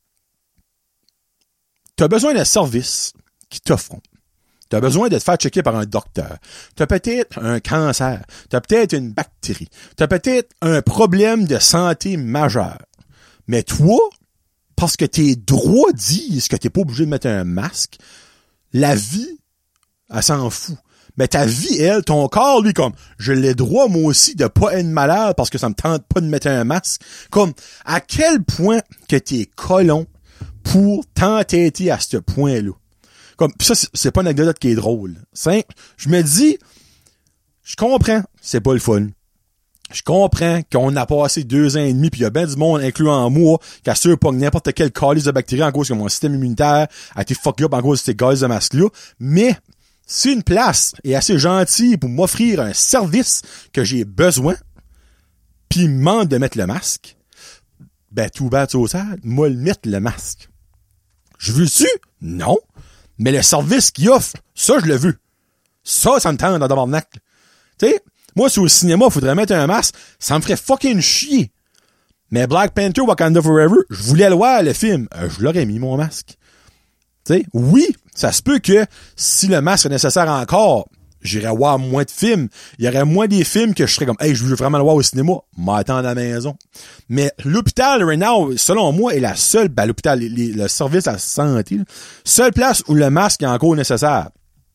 t'as besoin d'un service qui t'offront. T'as besoin de te faire checker par un docteur. T'as peut-être un cancer. T'as peut-être une bactérie. T'as peut-être un problème de santé majeur. Mais toi, parce que tes droits disent que t'es pas obligé de mettre un masque, la vie, elle s'en fout. Mais ta vie, elle, ton corps, lui, comme, je l'ai droit, moi aussi, de pas être malade parce que ça me tente pas de mettre un masque. Comme, à quel point que t'es colon pour t'entêter à ce point-là. Comme, pis ça, c'est pas une anecdote qui est drôle. Je me dis, je comprends, c'est pas le fun. Je comprends qu'on a passé 2 ans et demi pis il y a bien du monde, incluant moi, qui assure pas que n'importe quel calice de bactéries en cause que mon système immunitaire a été fucked up en cause de ces gaz de masque-là. Mais, si une place est assez gentille pour m'offrir un service que j'ai besoin, pis il me demande de mettre le masque, ben, tout bad, tout sad, moi, le mettre le masque. Je veux-tu? Non. Mais le service qu'il offre, ça, je l'ai vu. Ça me tente dans tabarnak. Tu sais, moi, si au cinéma, il faudrait mettre un masque, ça me ferait fucking chier. Mais Black Panther, Wakanda Forever, je voulais le voir, le film. Je l'aurais mis, mon masque. Tu sais, oui, ça se peut que si le masque est nécessaire encore, j'irais voir moins de films. Il y aurait moins des films que je serais comme, hey, je veux vraiment le voir au cinéma. M'attendre à la maison. Mais l'hôpital, right now, selon moi, est la seule, ben, l'hôpital, le service à la santé, seule place où le masque est encore nécessaire.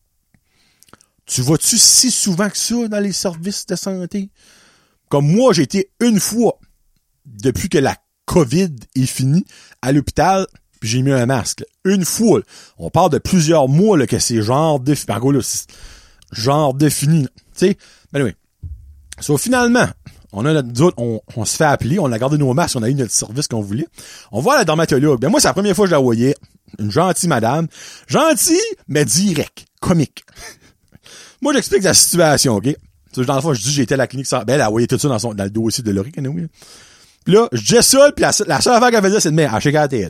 Tu vas-tu si souvent que ça dans les services de santé? Comme moi, j'ai été une fois, depuis que la COVID est finie, à l'hôpital, puis j'ai mis un masque. Une fois. On parle de plusieurs mois, là, que c'est genre défini. En gros, là, c'est genre défini. Tu sais, ben oui. So, finalement, on a nous autres, on se fait appeler, on a gardé nos masques, on a eu notre service qu'on voulait. On va à la dermatologue. Ben moi, c'est la première fois que je la voyais. Une gentille madame. Gentille, mais direct. Comique. Moi, j'explique la situation, OK? Dans le fond, je dis j'étais à la clinique sans... Ben, elle a voyé tout ça dans le dossier de Laurie, oui. Puis là, je disais ça, puis la seule affaire qu'elle faisait, c'est de mettre à shaker la tête.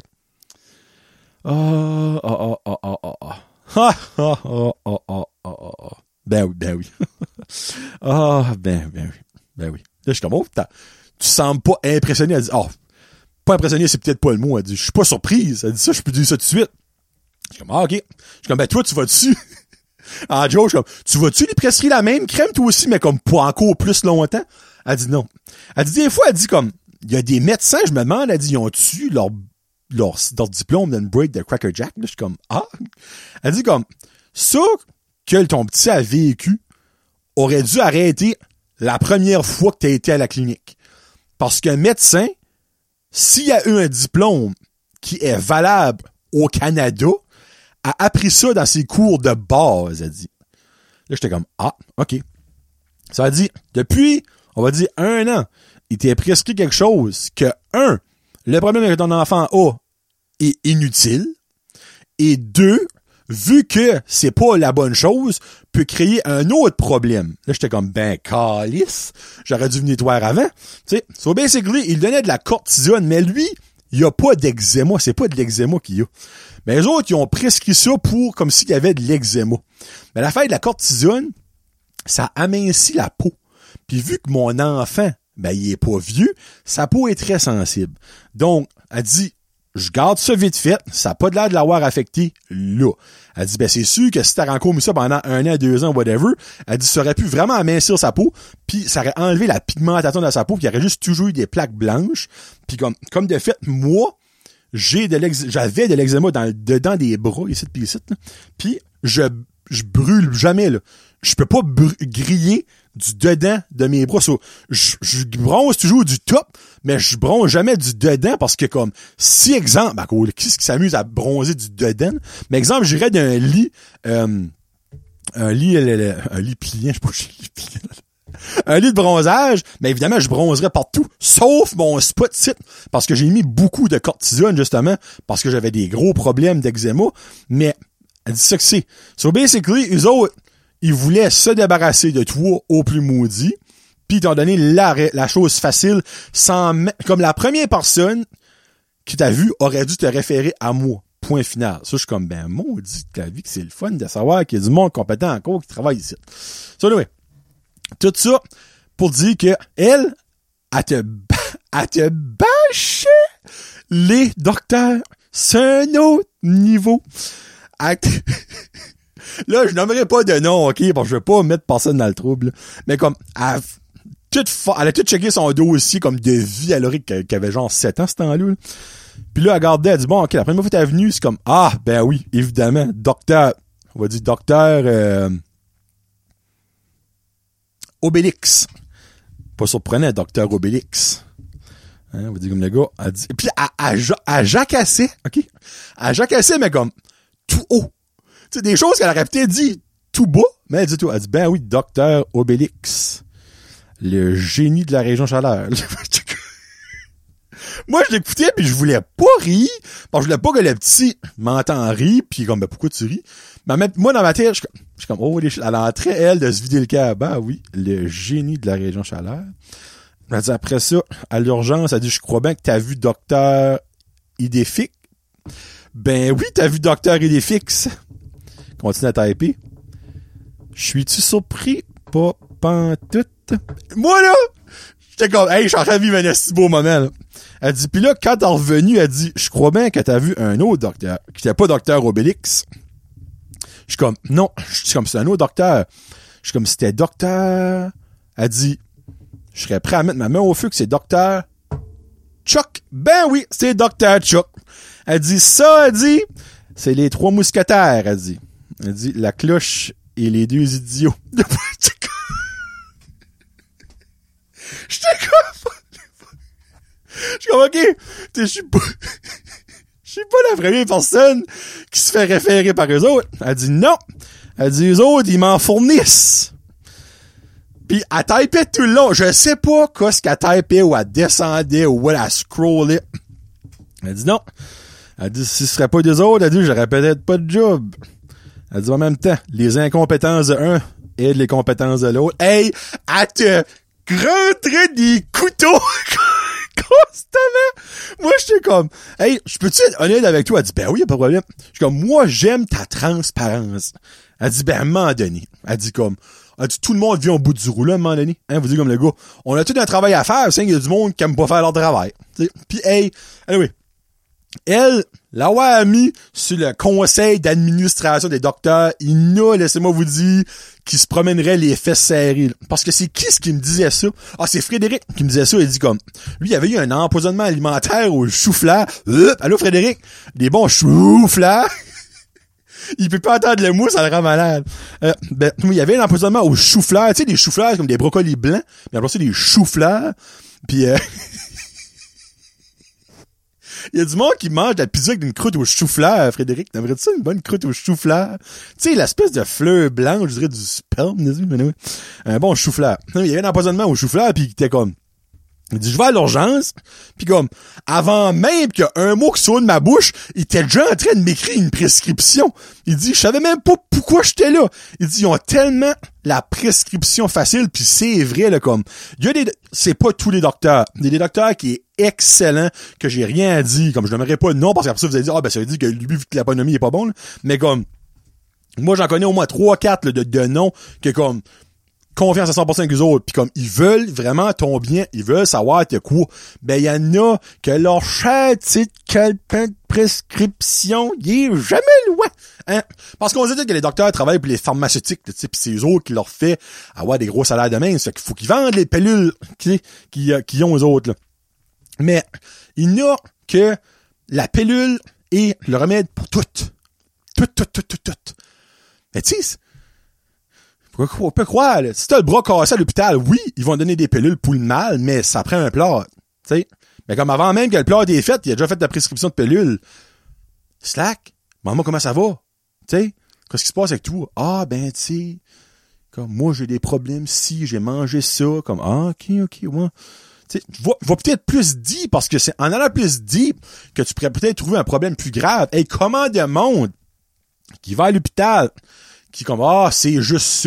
Ben oui. Ben oui. Là, je suis comme, oh, tu sembles pas impressionné. Elle dit, pas impressionné, c'est peut-être pas le mot. Elle dit, je suis pas surprise. Elle dit ça, je peux dire ça tout de suite. Je suis comme, OK. Je suis comme, ben toi, tu vas dessus. Ah, Joe, je suis comme, tu vas-tu les prescrire la même crème, toi aussi, mais comme pas encore plus longtemps? Elle dit non. Elle dit, des fois, elle dit comme, il y a des médecins, je me demande, elle dit, ils ont-tu leur diplôme d'un break de Cracker Jack? Là, je suis comme, Elle dit comme, ça que ton petit a vécu aurait dû arrêter la première fois que tu as été à la clinique. Parce qu'un médecin, s'il a eu un diplôme qui est valable au Canada, a appris ça dans ses cours de base, elle dit. Là, j'étais comme, OK. Ça a dit, depuis, on va dire 1 an, il t'est prescrit quelque chose que, le problème que ton enfant a est inutile, et 2, vu que c'est pas la bonne chose, peut créer un autre problème. Là, j'étais comme, ben, calice, j'aurais dû venir te voir avant. Tu sais, so basically, il donnait de la cortisone, mais lui, il a pas d'eczéma, c'est pas de l'eczéma qu'il a. Mais les autres, ils ont prescrit ça pour, comme s'il y avait de l'eczéma. Mais l'affaire de la cortisone, ça amincit la peau. Puis vu que mon enfant, ben, il est pas vieux, sa peau est très sensible. Donc, elle dit, je garde ça vite fait, ça n'a pas de l'air de l'avoir affecté là. Elle dit, ben, c'est sûr que si t'as encore mis ça pendant 1 an, 2 ans, whatever, elle dit, ça aurait pu vraiment amincir sa peau, puis ça aurait enlevé la pigmentation de sa peau, puis il y aurait juste toujours eu des plaques blanches. Puis comme de fait, moi, j'avais de l'eczéma dedans des bras, ici, puis ici, là. Puis je brûle jamais, là. Je peux pas griller du dedans de mes bras. Je bronze toujours du top, mais je bronze jamais du dedans parce que comme, si exemple, qui est-ce qui s'amuse à bronzer du dedans? Mais exemple, j'irais d'un lit, un lit pliant, je sais pas si lit pliant. Un lit de bronzage, mais évidemment, je bronzerais partout, sauf mon spot site, parce que j'ai mis beaucoup de cortisone, justement, parce que j'avais des gros problèmes d'eczéma, mais elle dit ça que c'est. So basically, eux autres, ils voulaient se débarrasser de toi au plus maudit, puis ils t'ont donné la chose facile, comme la première personne qui t'a vu aurait dû te référer à moi. Point final. Ça, je suis comme, ben, maudit, t'as vu que c'est le fun de savoir qu'il y a du monde compétent encore qui travaille ici. So anyway, tout ça pour dire que elle te bâchait les docteurs. C'est un autre niveau. Là, je nommerai pas de nom, ok, parce que je veux pas mettre personne dans le trouble, là. Mais comme, elle a tout checké son dossier comme de vie à l'orique qui avait genre 7 ans ce temps-là. Là. Puis là, elle regardait, elle dit, bon, ok, la première fois que t'es venu, c'est comme, ah, ben oui, évidemment, docteur, on va dire docteur Obélix. Pas surprenant, docteur Obélix. Hein, on va dire comme le gars, elle dit, et puis elle jacassait, ok? Elle jacassait, mais comme, tout haut. Tu sais, des choses qu'elle aurait peut-être dit tout bas, mais elle dit tout. Elle dit, ben oui, docteur Obélix. Le génie de la région Chaleur. Moi, je l'écoutais pis je voulais pas rire, parce que je voulais pas que le petit m'entend rire, pis comme, ben pourquoi tu ris? Mais même, moi, dans ma tête, je suis comme, oh, elle entrait, elle, de se vider le cœur. Ben oui, le génie de la région Chaleur. Elle dit, après ça, à l'urgence, elle dit, je crois bien que t'as vu docteur Idéfix. Ben oui, t'as vu docteur Idéfix. Continue à typer. Je suis-tu surpris? Pas pantoute. Moi, là, j'étais comme, hey, je suis en train de vivre un si beau moment, là. Elle dit, pis là, quand t'es revenu, elle dit, je crois bien que t'as vu un autre docteur, qui était pas docteur Obélix. Je suis comme, non, je suis comme, c'est un autre docteur. Je suis comme, c'était docteur. Elle dit, je serais prêt à mettre ma main au feu que c'est docteur Chuck. Ben oui, c'est docteur Chuck. Elle dit, ça, elle dit, c'est les 3 mousquetaires, elle dit. Elle dit, la cloche et les 2 idiots. J'étais comme, ok, je suis pas la première personne qui se fait référer par eux autres. Elle dit non. Elle dit, eux autres, ils m'en fournissent. Puis elle typait tout le long. Je sais pas ce qu'elle typait ou elle descendait ou elle scrollait. Elle dit non. Elle dit, si ce serait pas des autres, elle dit, j'aurais peut-être pas de job. Elle dit, en même temps, les incompétences de un et les compétences de l'autre. Hey, elle te rentrait des couteaux constamment. Moi, j'étais comme, hey, je peux-tu être honnête avec toi? Elle dit, ben oui, y a pas de problème. Je suis comme, moi, j'aime ta transparence. Elle dit, ben, à un moment donné. Elle dit, tout le monde vient au bout du rouleau, à un moment donné. Hein, vous dites comme le gars, on a tout un travail à faire, c'est qu'il y a du monde qui aime pas faire leur travail. Puis, hey, anyway. Elle, l'a mis sur le conseil d'administration des docteurs. Il n'a, laissez-moi vous dire, qui se promènerait les fesses serrées. Là. Parce que c'est qui ce qui me disait ça? Ah, c'est Frédéric qui me disait ça. Il dit comme, lui, il avait eu un empoisonnement alimentaire au chou-fleur. Allô, Frédéric? Des bons chou-fleurs. Il peut pas entendre le mot, ça le rend malade. Il y avait un empoisonnement au chou-fleur. Tu sais, des chou-fleurs comme des brocolis blancs. Mais après ça, des chou-fleurs. Puis, il y a du monde qui mange de la pizza avec une croûte au chou-fleur, Frédéric. T'aimerais-tu ça, une bonne croûte au chou-fleur? Tu sais, l'espèce de fleur blanche, je dirais du sperme, mais oui. Un bon chou-fleur. Il y avait un empoisonnement au chou-fleur, pis il était comme, il dit, je vais à l'urgence, pis comme, avant même qu'il y a un mot qui soit de ma bouche, il était déjà en train de m'écrire une prescription. Il dit, je savais même pas pourquoi j'étais là. Il dit, ils ont tellement la prescription facile, puis c'est vrai, là, comme, il y a c'est pas tous les docteurs. Il y a des docteurs qui est excellent, que j'ai rien à dire, comme je n'aimerais pas de nom, parce qu'après ça, vous allez dire, ah, ben, ça veut dire que lui, vu que la bonhomie est pas bon, là. Mais comme, moi, j'en connais au moins 3-4, de noms, que comme, confiance à 100% avec eux autres, puis comme ils veulent vraiment ton bien, ils veulent savoir t'es quoi. Ben il y en a que leur cher titre calepin de prescription, il est jamais loin. Hein? Parce qu'on dit que les docteurs travaillent pour les pharmaceutiques, tu sais, puis c'est eux autres qui leur fait avoir des gros salaires de main, ça fait qu'il faut qu'ils vendent les pilules qu'ils ont eux autres. Là. Mais il n'y a que la pilule et le remède pour tout. Tout. Mais tu sais, on peut croire, là, si t'as le bras cassé à l'hôpital, oui, ils vont donner des pilules pour le mal, mais ça prend un plâtre, tu sais. Mais comme avant même que le plâtre est fait, il a déjà fait ta prescription de pilules. Slack, maman, comment ça va? Tu sais, qu'est-ce qui se passe avec toi? Ah, ben, tu sais, comme moi, j'ai des problèmes si j'ai mangé ça, comme, ah, ok, ouais. Tu sais, va peut-être plus deep, parce que c'est en allant plus deep que tu pourrais peut-être trouver un problème plus grave. Hey, comment de monde qui va à l'hôpital, qui comme, ah, c'est juste ça.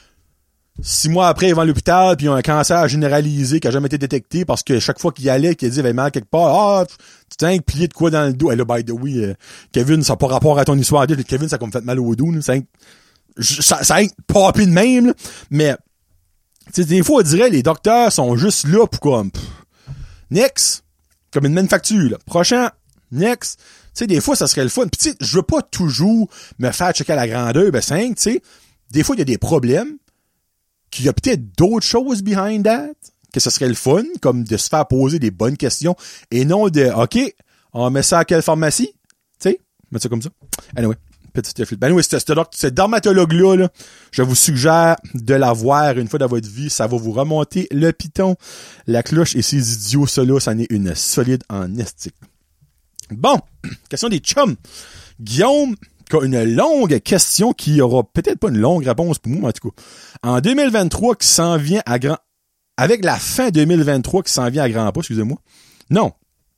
6 mois après, ils vont à l'hôpital, puis ils ont un cancer généralisé qui a jamais été détecté parce que chaque fois qu'il y allait, qu'il disait, il avait mal quelque part, ah, tu t'es un plié de quoi dans le dos? Et là, by the way, Kevin, ça n'a pas rapport à ton histoire. Kevin, ça a comme fait mal au dos, là. Ça a popé de même, là. Mais, tu sais, des fois, on dirait, les docteurs sont juste là pour comme, next, comme une manufacture, là. Prochain, next. Tu sais, des fois, ça serait le fun. Puis, tu sais, je veux pas toujours me faire checker à la grandeur, ben, 5, tu sais. Des fois, il y a des problèmes, qu'il y a peut-être d'autres choses behind that, que ce serait le fun, comme de se faire poser des bonnes questions, et non de, OK, on met ça à quelle pharmacie? Tu sais, mettre ça comme ça. Anyway, petite flip. Anyway, ce dermatologue-là, là, je vous suggère de la voir une fois dans votre vie, ça va vous remonter le piton, la cloche et ces idiots, ça là, ça en est une solide en estique. Bon, question des chums. Guillaume, une longue question qui aura peut-être pas une longue réponse pour moi, en tout cas. En 2023, qui s'en vient à grand... Avec la fin 2023 qui s'en vient à grands pas, excusez-moi. Non,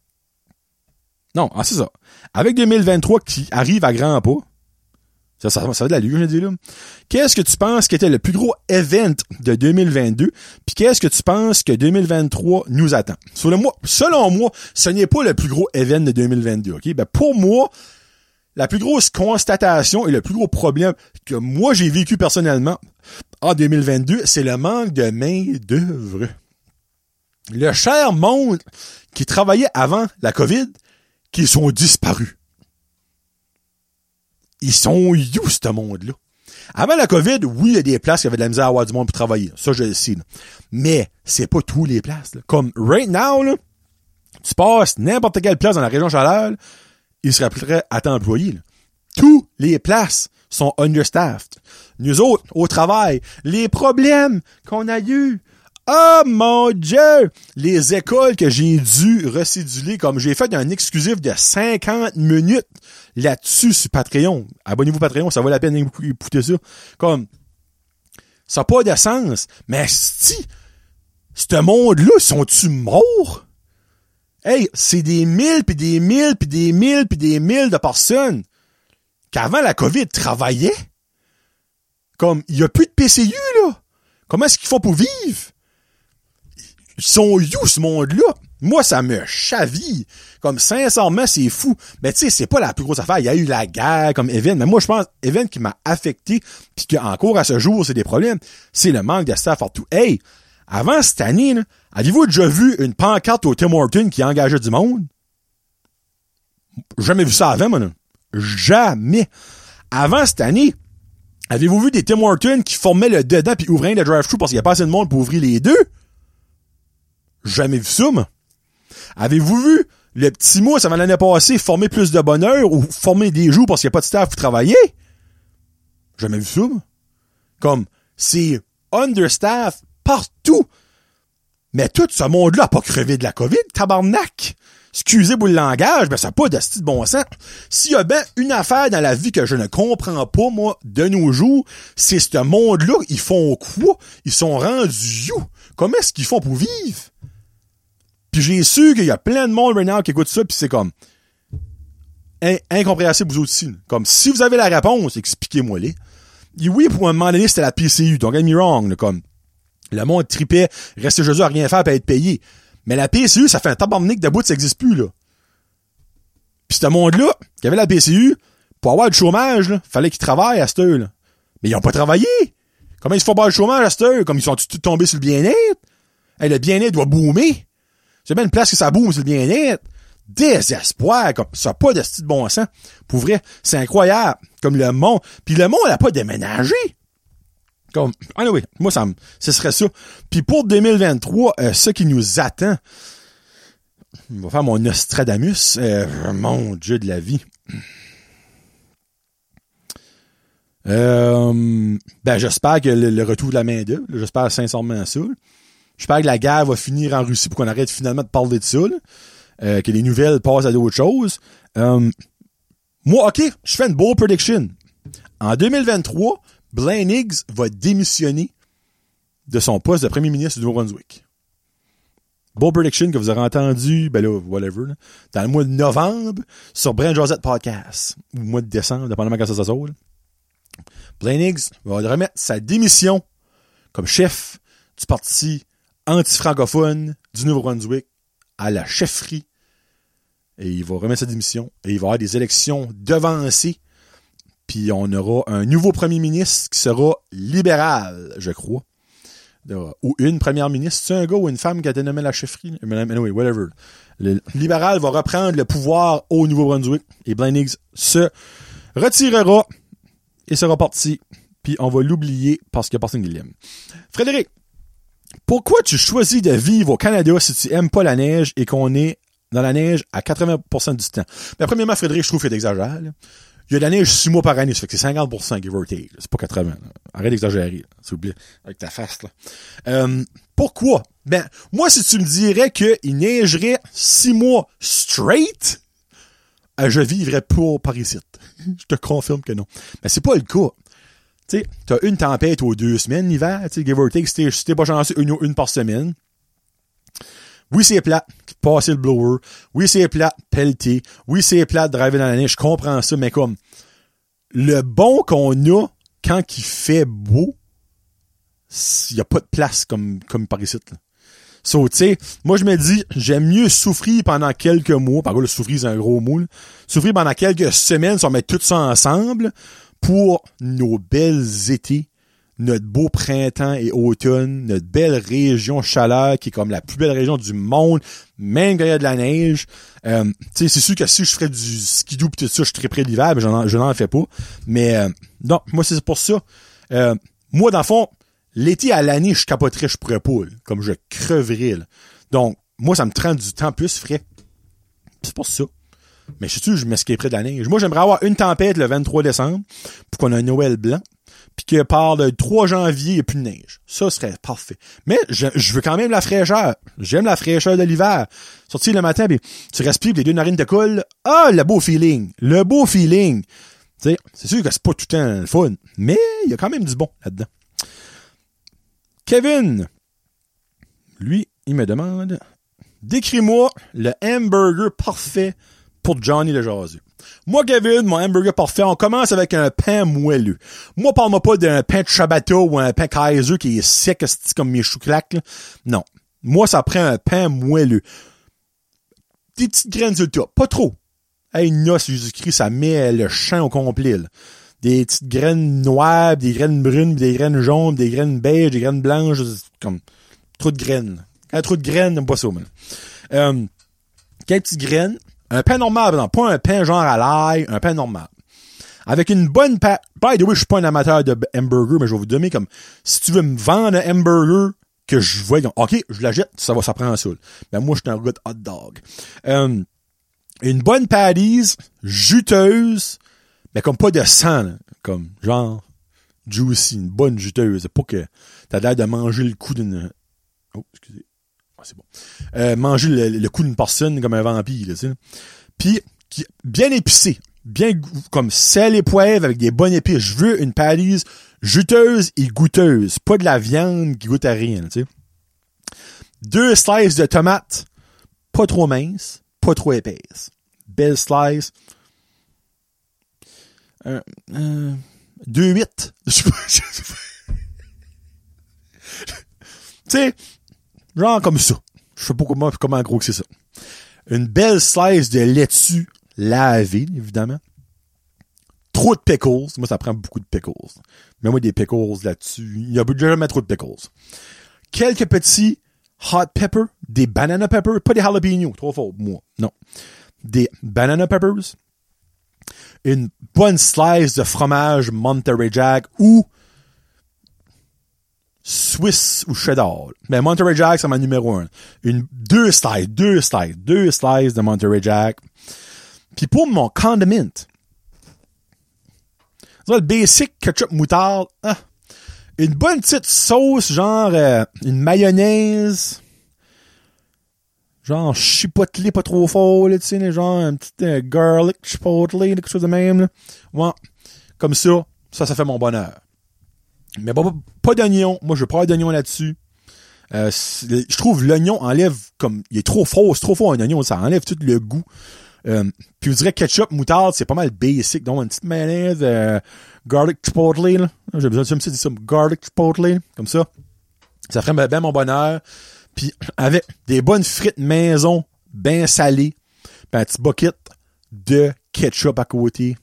c'est ça. Avec 2023 qui arrive à grands pas, ça va de la lue, je dis là. Qu'est-ce que tu penses qui était le plus gros event de 2022? Puis qu'est-ce que tu penses que 2023 nous attend? Selon moi, ce n'est pas le plus gros event de 2022, OK? Ben, pour moi, la plus grosse constatation et le plus gros problème que moi j'ai vécu personnellement en 2022, c'est le manque de main-d'œuvre. Le cher monde qui travaillait avant la COVID, qui sont disparus. Ils sont où, ce monde-là? Avant la COVID, oui, il y a des places qui avaient de la misère à avoir du monde pour travailler. Ça, je le sais. Là. Mais c'est pas tous les places. Là. Comme right now, là, tu passes n'importe quelle place dans la région Chaleur, là, il serait prêt à t'employer. Là. Tous les places sont understaffed. Nous autres, au travail, les problèmes qu'on a eus. Oh mon Dieu! Les écoles que j'ai dû recéduler, comme j'ai fait un exclusif de 50 minutes là-dessus sur Patreon. Abonnez-vous Patreon, ça vaut la peine d'écouter ça. Comme, ça n'a pas de sens. Mais si, ce monde-là, sont-tu morts? Hey, c'est des mille, puis des mille, puis des mille, puis des mille de personnes qu'avant la COVID travaillaient. Comme, il n'y a plus de PCU, là. Comment est-ce qu'ils font pour vivre? Ils sont où, ce monde-là? Moi, ça me chaville. Comme, sincèrement, c'est fou. Mais tu sais, c'est pas la plus grosse affaire. Il y a eu la guerre comme event. Mais moi, je pense, event qui m'a affecté, puis qu'encore à ce jour, c'est des problèmes, c'est le manque de staff partout. Hey! Avant cette année, là, avez-vous déjà vu une pancarte au Tim Hortons qui engageait du monde? Jamais vu ça avant, moi, là. Jamais. Avant cette année, avez-vous vu des Tim Hortons qui formaient le dedans puis ouvraient le drive-thru parce qu'il n'y a pas assez de monde pour ouvrir les deux? Jamais vu ça, moi. Avez-vous vu le petit mot, ça va l'année passée, former plus de bonheur ou former des jours parce qu'il n'y a pas de staff pour travailler? Jamais vu ça, moi. Comme, c'est understaff partout. Mais tout ce monde-là a pas crevé de la COVID, tabarnak. Excusez pour le langage, mais ça n'a pas de style de bon sens. S'il y a bien une affaire dans la vie que je ne comprends pas, moi, de nos jours, c'est ce monde-là, ils font quoi? Ils sont rendus où? Comment est-ce qu'ils font pour vivre? Puis j'ai su qu'il y a plein de monde maintenant qui écoute ça, puis c'est comme incompréhensible vous aussi. Comme, si vous avez la réponse, expliquez-moi-les. Et oui, pour un moment donné, c'était la PCU, don't get me wrong, là, comme, le monde tripait, rester chez eux à rien faire pour être payé. Mais la PCU, ça fait un tabarnak de bout, ça n'existe plus, là. Puis ce monde-là, qui avait la PCU, pour avoir du chômage, là, fallait qu'ils travaillent à cette heure, là. Mais ils ont pas travaillé. Comment ils se font pas le chômage à cette heure? Comme ils sont tous tombés sur le bien-être? Hey, le bien-être doit boomer. C'est bien une place que ça boom sur le bien-être. Désespoir, comme ça n'a pas de style de bon sens. Pour vrai, c'est incroyable. Comme le monde. Puis le monde n'a pas déménagé. Comme, anyway, moi, ce serait ça. Puis pour 2023, ce qui nous attend, je vais faire mon Nostradamus, mon Dieu de la vie. J'espère que le retour de la main-d'œuvre, j'espère sincèrement ça. J'espère que la guerre va finir en Russie pour qu'on arrête finalement de parler de ça, que les nouvelles passent à d'autres choses. Moi, OK, je fais une bold prediction. En 2023, Blaine Higgs va démissionner de son poste de premier ministre du Nouveau-Brunswick. Bold prediction que vous aurez entendu, whatever, dans le mois de novembre, sur Brand Josette Podcast, ou le mois de décembre, dépendamment quand ça sort. Blaine Higgs va remettre sa démission comme chef du parti anti-francophone du Nouveau-Brunswick à la chefferie. Et il va remettre sa démission. Et il va y avoir des élections devancées. Puis on aura un nouveau premier ministre qui sera libéral, je crois. Ou une première ministre. C'est un gars ou une femme qui a été nommée à la chefferie? Anyway, whatever. Le libéral va reprendre le pouvoir au Nouveau-Brunswick. Et Blaine Higgs se retirera et sera parti. Puis on va l'oublier parce qu'il y a personne qui l'aime. Frédéric, pourquoi tu choisis de vivre au Canada si tu aimes pas la neige et qu'on est dans la neige à 80% du temps? Ben, premièrement, Frédéric, je trouve que t'exagères, là. Il y a de la neige 6 mois par année, ça fait que c'est 50%, give or take. C'est pas 80. Là. Arrête d'exagérer, s'il vous plaît, avec ta face, là. Pourquoi? Ben, moi, si tu me dirais qu'il neigerait 6 mois straight, je vivrais pas par ici. Je te confirme que non. Mais c'est pas le cas. Tu sais, t'as une tempête aux 2 semaines l'hiver, tu sais, give or take, si t'es pas chanceux, une par semaine. Oui, c'est plate, passer le blower. Oui, c'est plate, pelleter. Oui, c'est plate, driver dans la neige. Je comprends ça, mais comme, le bon qu'on a quand il fait beau, il y a pas de place comme par ici, là. So, tu sais, moi, je me dis, j'aime mieux souffrir pendant quelques mois. Par contre, le souffrir, c'est un gros mot, là. Souffrir pendant quelques semaines, si on met tout ça ensemble pour nos belles étés, notre beau printemps et automne, notre belle région chaleur qui est comme la plus belle région du monde, même quand il y a de la neige. Tu sais, c'est sûr que si je ferais du skidoo pis tout ça, je triperais l'hiver, mais je n'en fais pas. Mais non, moi c'est pour ça. Moi, dans le fond, l'été à l'année, je capoterais, je pourrais pas, là, comme je creverais. Là. Donc, moi, ça me prend du temps plus frais. C'est pour ça. Mais je suis sûr que je m'escaperais de la neige. Moi, j'aimerais avoir une tempête le 23 décembre pour qu'on ait un Noël blanc. Puis que par le 3 janvier, il n'y a plus de neige. Ça serait parfait. Mais je veux quand même la fraîcheur. J'aime la fraîcheur de l'hiver. Sortir le matin, puis tu respires, puis les 2 narines te coulent. Ah, le beau feeling. Le beau feeling. Tu sais, c'est sûr que c'est pas tout le temps le fun. Mais il y a quand même du bon là-dedans. Kevin, lui, il me demande, décris-moi le hamburger parfait pour Johnny le jaseux. Moi, Kevin, mon hamburger parfait, on commence avec un pain moelleux. Moi, parle-moi pas d'un pain de ciabatta ou un pain Kaiser qui est sec comme mes choux-claques, là. Non. Moi, ça prend un pain moelleux. Des petites graines sur le top. Pas trop. Hey, noce, Jésus-Christ, ça met le champ au complet, là. Des petites graines noires, des graines brunes, des graines jaunes, des graines beiges, des graines blanches, comme trop de graines. Quand il y a trop de graines, j'aime pas ça, man. Quelques petites graines. Un pain normal, non, pas un pain genre à l'ail, un pain normal. Avec une bonne pâte. By the way, je suis pas un amateur de hamburger, mais je vais vous donner comme, si tu veux me vendre un hamburger que je vois, ok, je la jette, ça prend un saoul. Ben, moi, je suis un gars de hot dog. Une bonne patties, juteuse, mais comme pas de sang, là, comme, genre, juicy, une bonne juteuse. Pas que t'as l'air de manger le cou d'une, oh, excusez. C'est bon. Manger le cou d'une personne comme un vampire, là, tu sais. Puis, bien épicé. Bien, comme sel et poivre avec des bonnes épices. Je veux une patties juteuse et goûteuse. Pas de la viande qui goûte à rien, tu sais. 2 slices de tomates. Pas trop minces. Pas trop épaisses. Belle slice. 2,8. Tu sais, genre comme ça. Je sais pas comment gros que c'est ça. Une belle slice de laitue lavée, évidemment. Trop de pickles. Moi, ça prend beaucoup de pickles. Mets-moi des pickles là-dessus. Il y a jamais trop de pickles. Quelques petits hot pepper, des banana peppers, pas des jalapenos, trop fort, moi. Non. Des banana peppers. Une bonne slice de fromage Monterey Jack ou Swiss ou cheddar. Mais Monterey Jack, c'est ma numéro 1. 2 slices de Monterey Jack. Puis pour mon condiment, Le basic ketchup moutarde. Ah. Une bonne petite sauce, genre une mayonnaise. Genre chipotle pas trop fort, là, tu sais, genre un petit garlic chipotle, quelque chose de même. Là. Ouais. Comme ça fait mon bonheur. Mais bon, pas d'oignon. Moi, je veux pas avoir d'oignon là-dessus. Je trouve l'oignon enlève comme il est trop fort, c'est trop fort un oignon, ça enlève tout le goût. Puis je dirais ketchup, moutarde, c'est pas mal basic. Donc une petite mayonnaise, garlic chipotle, là. J'ai besoin de dire ça, garlic chipotle, comme ça. Ça ferait bien mon bonheur. Puis avec des bonnes frites maison, bien salées, puis un petit bucket de ketchup à côté.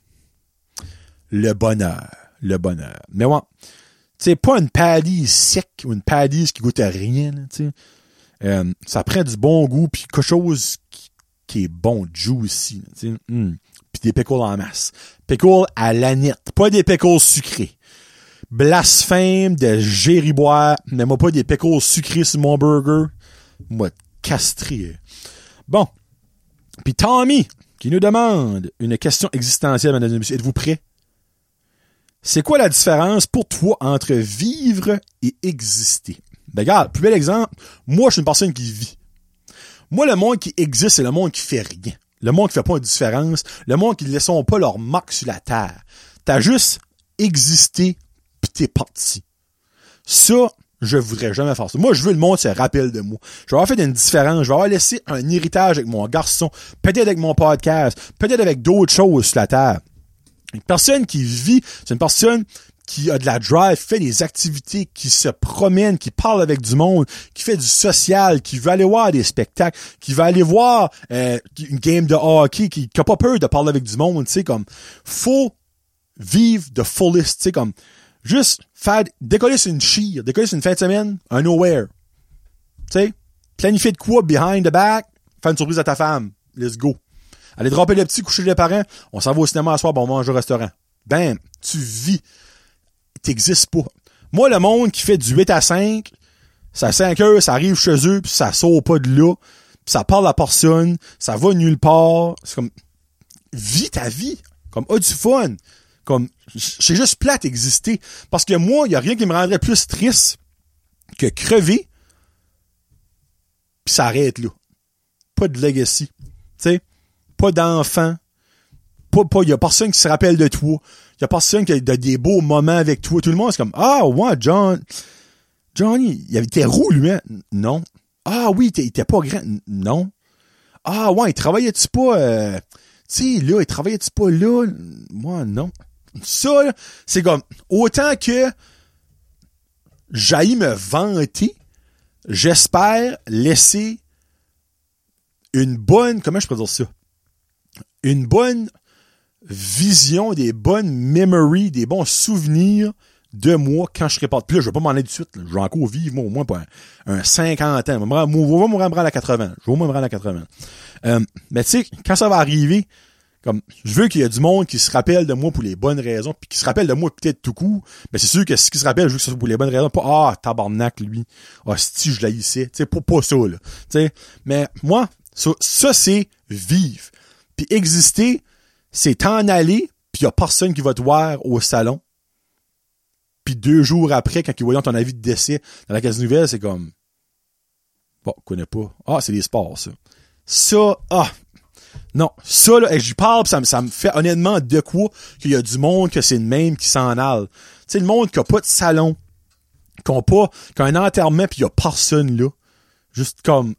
Le bonheur. Mais ouais. Tu sais, pas une patty sec ou une patty qui goûte à rien, tu sais. Ça prend du bon goût puis quelque chose qui est bon, juicy, tu sais. Puis des pickles en masse. Pickles à l'aneth, pas des pickles sucrés. Blasphème de gériboire, mais moi pas des pickles sucrés sur mon burger. Moi, castré. Bon. Puis Tommy, qui nous demande une question existentielle, mesdames et messieurs. Êtes-vous prêts? C'est quoi la différence pour toi entre vivre et exister? Ben, regarde, plus bel exemple, moi, je suis une personne qui vit. Moi, le monde qui existe, c'est le monde qui fait rien. Le monde qui fait pas une différence. Le monde qui ne laisse pas leur marque sur la terre. T'as juste existé pis t'es parti. Ça, je voudrais jamais faire ça. Moi, je veux le monde se rappelle de moi. Je vais avoir fait une différence. Je vais avoir laissé un héritage avec mon garçon. Peut-être avec mon podcast. Peut-être avec d'autres choses sur la terre. Une personne qui vit, c'est une personne qui a de la drive, fait des activités, qui se promène, qui parle avec du monde, qui fait du social, qui veut aller voir des spectacles, qui va aller voir une game de hockey, qui a pas peur de parler avec du monde, tu sais, comme, faut vivre de fullest, tu sais, comme, juste faire, décoller sur une chire, décoller sur une fin de semaine, un nowhere. Tu sais, planifier de quoi behind the back, faire une surprise à ta femme, let's go. Aller dropper le petit, coucher les parents, on s'en va au cinéma à soir, bon, on mange au restaurant. Bam, tu vis. T'existes pas. Moi, le monde qui fait du 8 à 5, ça à 5 heures, ça arrive chez eux, puis ça sort pas de là, puis ça parle à personne, ça va nulle part. C'est comme, vis ta vie. Comme, du fun. Comme, c'est juste plate exister. Parce que moi, il y a rien qui me rendrait plus triste que crever, puis ça arrête là. Pas de legacy. Tu sais? Pas d'enfants. Il y a personne qui se rappelle de toi. Il y a personne qui a des beaux moments avec toi. Tout le monde, c'est comme, ah, ouais, Johnny, il était roux, lui, hein? Non. Ah oui, il était pas grand. Non. Ah ouais, il travaillait-tu pas, tu sais, là, il travaillait-tu pas là? Moi, non. Ça, là, c'est comme, autant que j'aille me vanter, j'espère laisser une bonne, comment je peux dire ça? Une bonne vision, des bonnes memories, des bons souvenirs de moi quand je serai pas. Puis là, je vais pas m'en aller tout de suite. Là. Je vais encore vivre, moi, au moins, pas un 50 ans. Je vais me rendre à 80. Je vais me rendre à 80. Mais tu sais, quand ça va arriver, comme, je veux qu'il y ait du monde qui se rappelle de moi pour les bonnes raisons, puis qui se rappelle de moi peut-être tout coup. Mais c'est sûr que ce qui se rappelle, je veux que ce soit pour les bonnes raisons. Pas, tabarnak, lui. Si je l'haïssais. Tu sais, pas ça, là. Tu sais. Mais moi, ça, c'est vivre. Puis exister, c'est t'en aller, puis y a personne qui va te voir au salon. Puis 2 jours après, quand ils voient ton avis de décès dans la case nouvelle, c'est comme, bon, je connais pas. Ah, c'est des sports, ça. Ça, non. Ça, là, j'y parle, pis ça me fait honnêtement de quoi qu'il y a du monde que c'est le même qui s'en aille. Tu sais, le monde qui a pas de salon, qui a un enterrement, puis y a personne là. Juste comme,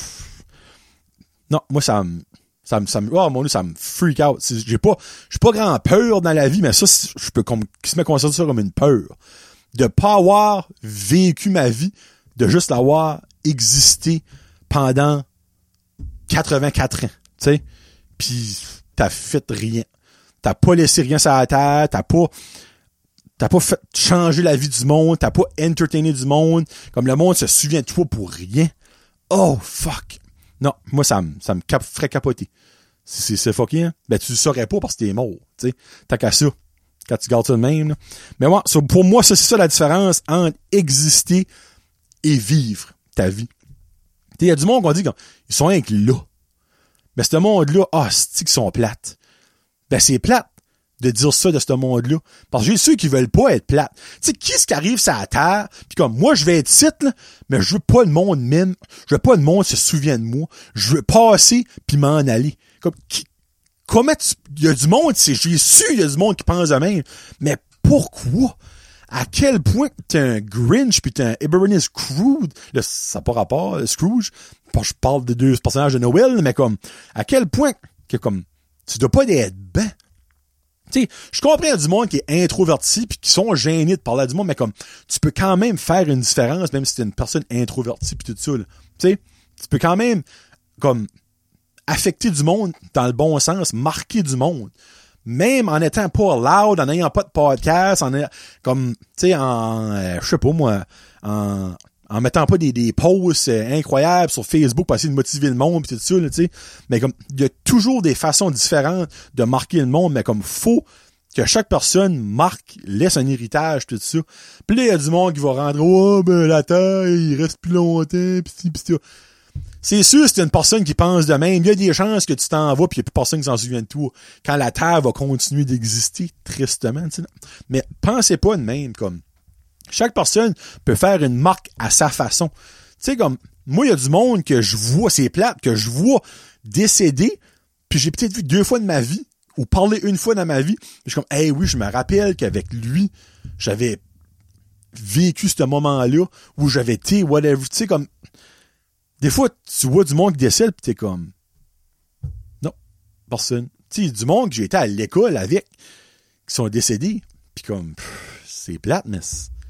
non, moi, ça me freak out. J'ai pas grand peur dans la vie, mais ça, je peux se met considérer ça comme une peur. De pas avoir vécu ma vie, de juste l'avoir existé pendant 84 ans, tu sais. Puis t'as fait rien. T'as pas laissé rien sur la terre, t'as pas fait changer la vie du monde, t'as pas entertainé du monde, comme le monde se souvient de toi pour rien. Oh, fuck. Non, moi, ça me ferait capoter. C'est fucké, hein? Ben, tu le saurais pas parce que t'es mort, tu sais. T'as qu'à ça. Quand tu gardes ça de même, là. Mais moi, pour moi, c'est ça la différence entre exister et vivre ta vie. Tu sais, il y a du monde qu'on dit qu'ils sont rien que là. Ben, ce monde-là, c'est qu'ils sont plates. Ben, c'est plate. de dire ça de ce monde-là. Parce que j'ai ceux qui veulent pas être plates. Tu sais, qui est-ce qui arrive sur la terre, puis comme, moi, je vais être site, là, mais je veux pas le monde même, je veux pas le monde se souvienne de moi, je veux passer puis m'en aller. Comme, il y a du monde, j'ai su, il y a du monde qui pense de même, mais pourquoi? À quel point t'es un Grinch pis t'es un Ebenezer Scrooge, là, ça n'a pas rapport, Scrooge, je parle des deux personnages de Noël, mais comme, à quel point que comme, tu dois pas être ben. Tu sais, je comprends du monde qui est introverti pis qui sont gênés de parler à du monde, mais comme, tu peux quand même faire une différence, même si t'es une personne introvertie pis tout ça, là. Tu sais, tu peux quand même, comme, affecter du monde dans le bon sens, marquer du monde. Même en étant pas loud, en n'ayant pas de podcast, comme, tu sais, je sais pas moi, en mettant pas des posts incroyables sur Facebook pour essayer de motiver le monde pis tout ça, tu sais. Mais comme, il y a toujours des façons différentes de marquer le monde, mais comme, faut que chaque personne laisse un héritage, tout ça. Puis là, il y a du monde qui va rendre, oh, ben, la terre, il reste plus longtemps pis ci pis ça. C'est sûr, c'est une personne qui pense de même. Il y a des chances que tu t'en vas puis il n'y a plus personne qui s'en souvient de toi. Quand la Terre va continuer d'exister, tristement, tu sais. Mais pensez pas de même, comme. Chaque personne peut faire une marque à sa façon. Tu sais, comme, moi, il y a du monde que je vois, c'est plate, que je vois décéder, puis j'ai peut-être vu 2 fois de ma vie, ou parlé 1 fois dans ma vie. Je suis comme, hey, oui, je me rappelle qu'avec lui, j'avais vécu ce moment-là, où j'avais été, whatever, tu sais, comme, des fois, tu vois du monde qui décède pis t'es comme, non, personne. Tu sais, du monde que j'ai été à l'école avec, qui sont décédés, pis comme, c'est plate, mais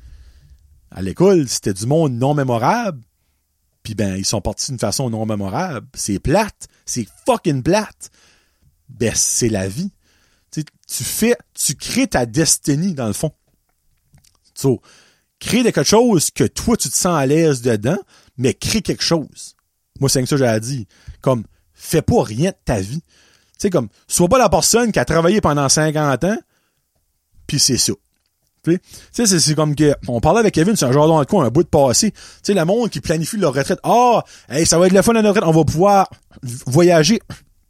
à l'école, c'était du monde non mémorable, pis ben, ils sont partis d'une façon non mémorable. C'est plate. C'est fucking plate. Ben, c'est la vie. Tu sais, tu crées ta destinée, dans le fond. So, crée quelque chose que toi, tu te sens à l'aise dedans, mais crée quelque chose. Moi, c'est que ça que j'ai dit. Comme, fais pas rien de ta vie. Tu sais, comme, sois pas la personne qui a travaillé pendant 50 ans, puis c'est ça. Tu sais, c'est comme que, on parlait avec Kevin, c'est un genre dans le coin, un bout de passé. Tu sais, le monde qui planifie leur retraite. Ah, hey, ça va être le fun à notre retraite, on va pouvoir voyager.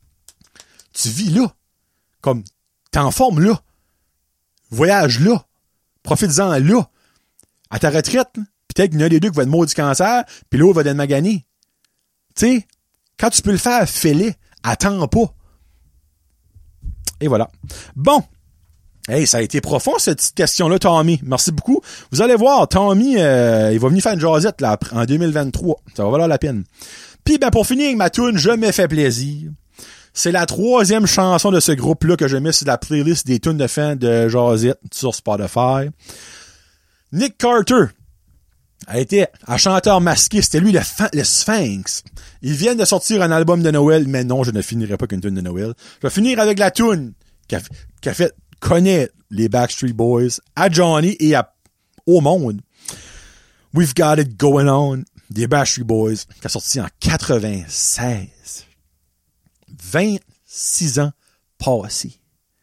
Tu vis là. Comme, t'es en forme là. Voyage là. Profites-en là. À ta retraite, là. Peut-être qu'il y en a des deux qui va être mort du cancer, puis l'autre va être magané. Tu sais, quand tu peux le faire, fais-le. Attends pas. Et voilà. Bon. Hey, ça a été profond, cette petite question-là, Tommy. Merci beaucoup. Vous allez voir, Tommy, il va venir faire une jasette, là, en 2023. Ça va valoir la peine. Puis, ben, pour finir avec ma tune, je me fais plaisir. C'est la 3e chanson de ce groupe-là que je mets sur la playlist des tunes de fin de jasette sur Spotify. Nick Carter a été un chanteur masqué. C'était lui, le Sphinx. Ils viennent de sortir un album de Noël, mais non, je ne finirai pas qu'une tune de Noël. Je vais finir avec la tune qui a fait connaître les Backstreet Boys à Johnny et au monde. We've Got It Going On des Backstreet Boys qui a sorti en 96. 26 ans passés.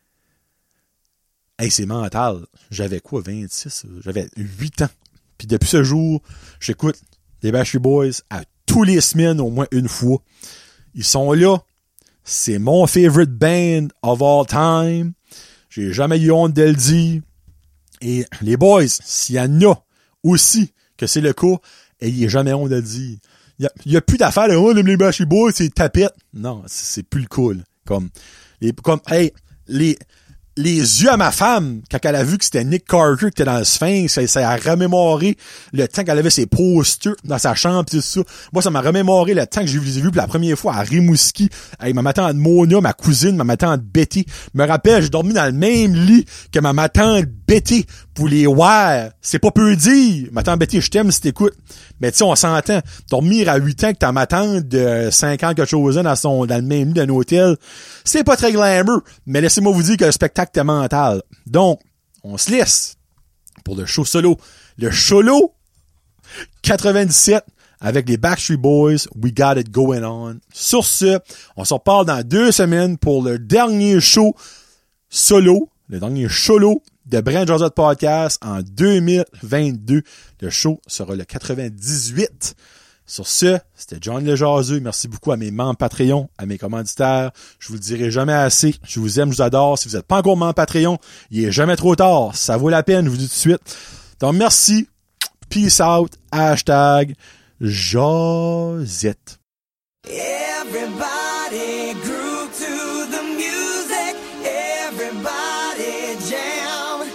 Hey, c'est mental. J'avais quoi, 26? J'avais 8 ans. Puis depuis ce jour, j'écoute les Backstreet Boys à tous les semaines, au moins une fois. Ils sont là. C'est mon favorite band of all time. J'ai jamais eu honte de le dire. Et les boys, s'il y en a aussi que c'est le cas, ayez jamais honte de le dire. Il y a plus d'affaires de, oh, les Backstreet Boys, c'est tapette. Non, c'est plus le cool. Les yeux à ma femme, quand elle a vu que c'était Nick Carter qui était dans le Sphinx, ça a remémoré le temps qu'elle avait ses posters dans sa chambre pis tout ça. Moi, ça m'a remémoré le temps que je les ai vus pour la première fois à Rimouski avec ma tante Mona, ma cousine, ma tante Betty. Je me rappelle, j'ai dormi dans le même lit que ma tante Betty pour les voir. C'est pas peu dire. Ma tante Betty, je t'aime si t'écoutes. Mais tu sais, on s'entend. Dormir à 8 ans que ta ma tante de 5 ans quelque chose dans le même lit d'un hôtel, c'est pas très glamour. Mais laissez-moi vous dire que le spectacle était mental. Donc, on se laisse pour le show solo. Le solo 97 avec les Backstreet Boys, We Got It Going On. Sur ce, on se reparle dans 2 semaines pour le dernier show solo, le dernier solo de Brand Josette Podcast en 2022. Le show sera le 98. Sur ce, c'était John le Jaseux. Merci beaucoup à mes membres Patreon, à mes commanditaires. Je vous le dirai jamais assez. Je vous aime, je vous adore. Si vous n'êtes pas encore membre Patreon, il est jamais trop tard. Ça vaut la peine, je vous dis tout de suite. Donc, merci. Peace out. Hashtag Josette. Everybody groove to the music. Everybody jam.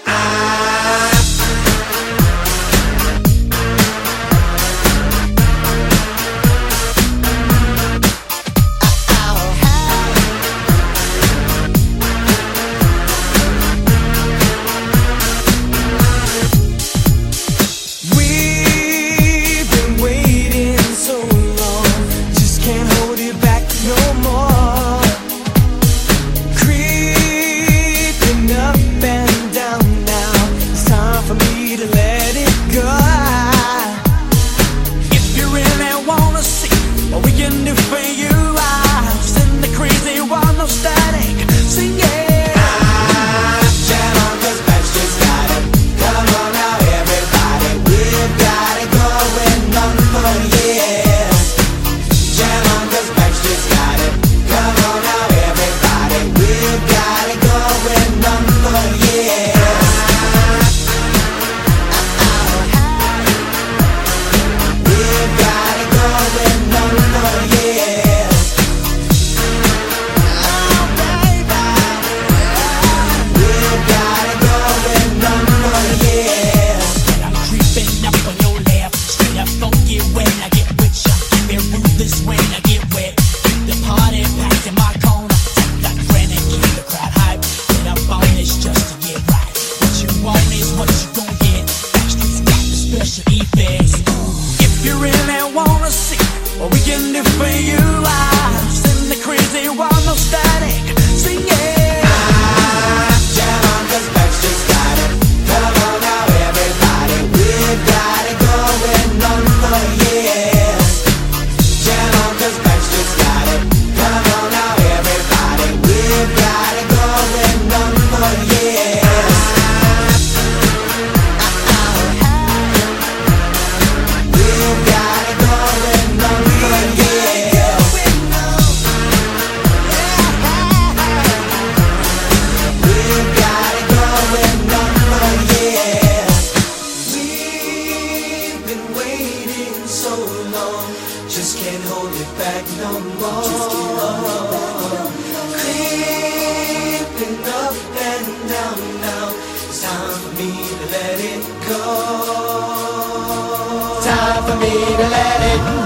We've been waiting so long, just can't hold it back no more. Creeping up and down now, it's time for me to let it go. If you really wanna see what we can do for you, I'll send the crazy one, no static, sing it. Jam on, 'cause Backstreet's got it. Come on now, everybody, we've got it going on for years. Jam on, 'cause Backstreet's got it. Come on now, everybody, we've got it going on for years. We've got it going on for years. Oh, baby, we've got it going on for years. I'm creeping up on your left, straight up funky when I get with ya. Be ruthless when I get wet. Keep the party packed in my corner. Like granite, keep the crowd hype. Get up on this just to get right. What you want is what you gon' get. Backstreet's got the special effects. If you really wanna see what we can do for you, I'll send the crazy one, no static, sing it. Jam on, 'cause Backstreet's got it. Come on now, everybody, we've got it going on for years. Jam on, 'cause Backstreet's got it. Come on now, everybody, we've got it going on for years. We've got it going on for years. We've got it going on for years. We've been waiting so long, just can't hold it back no more. Creeping up and down now, it's time for me to let it go. Time for me to let it go.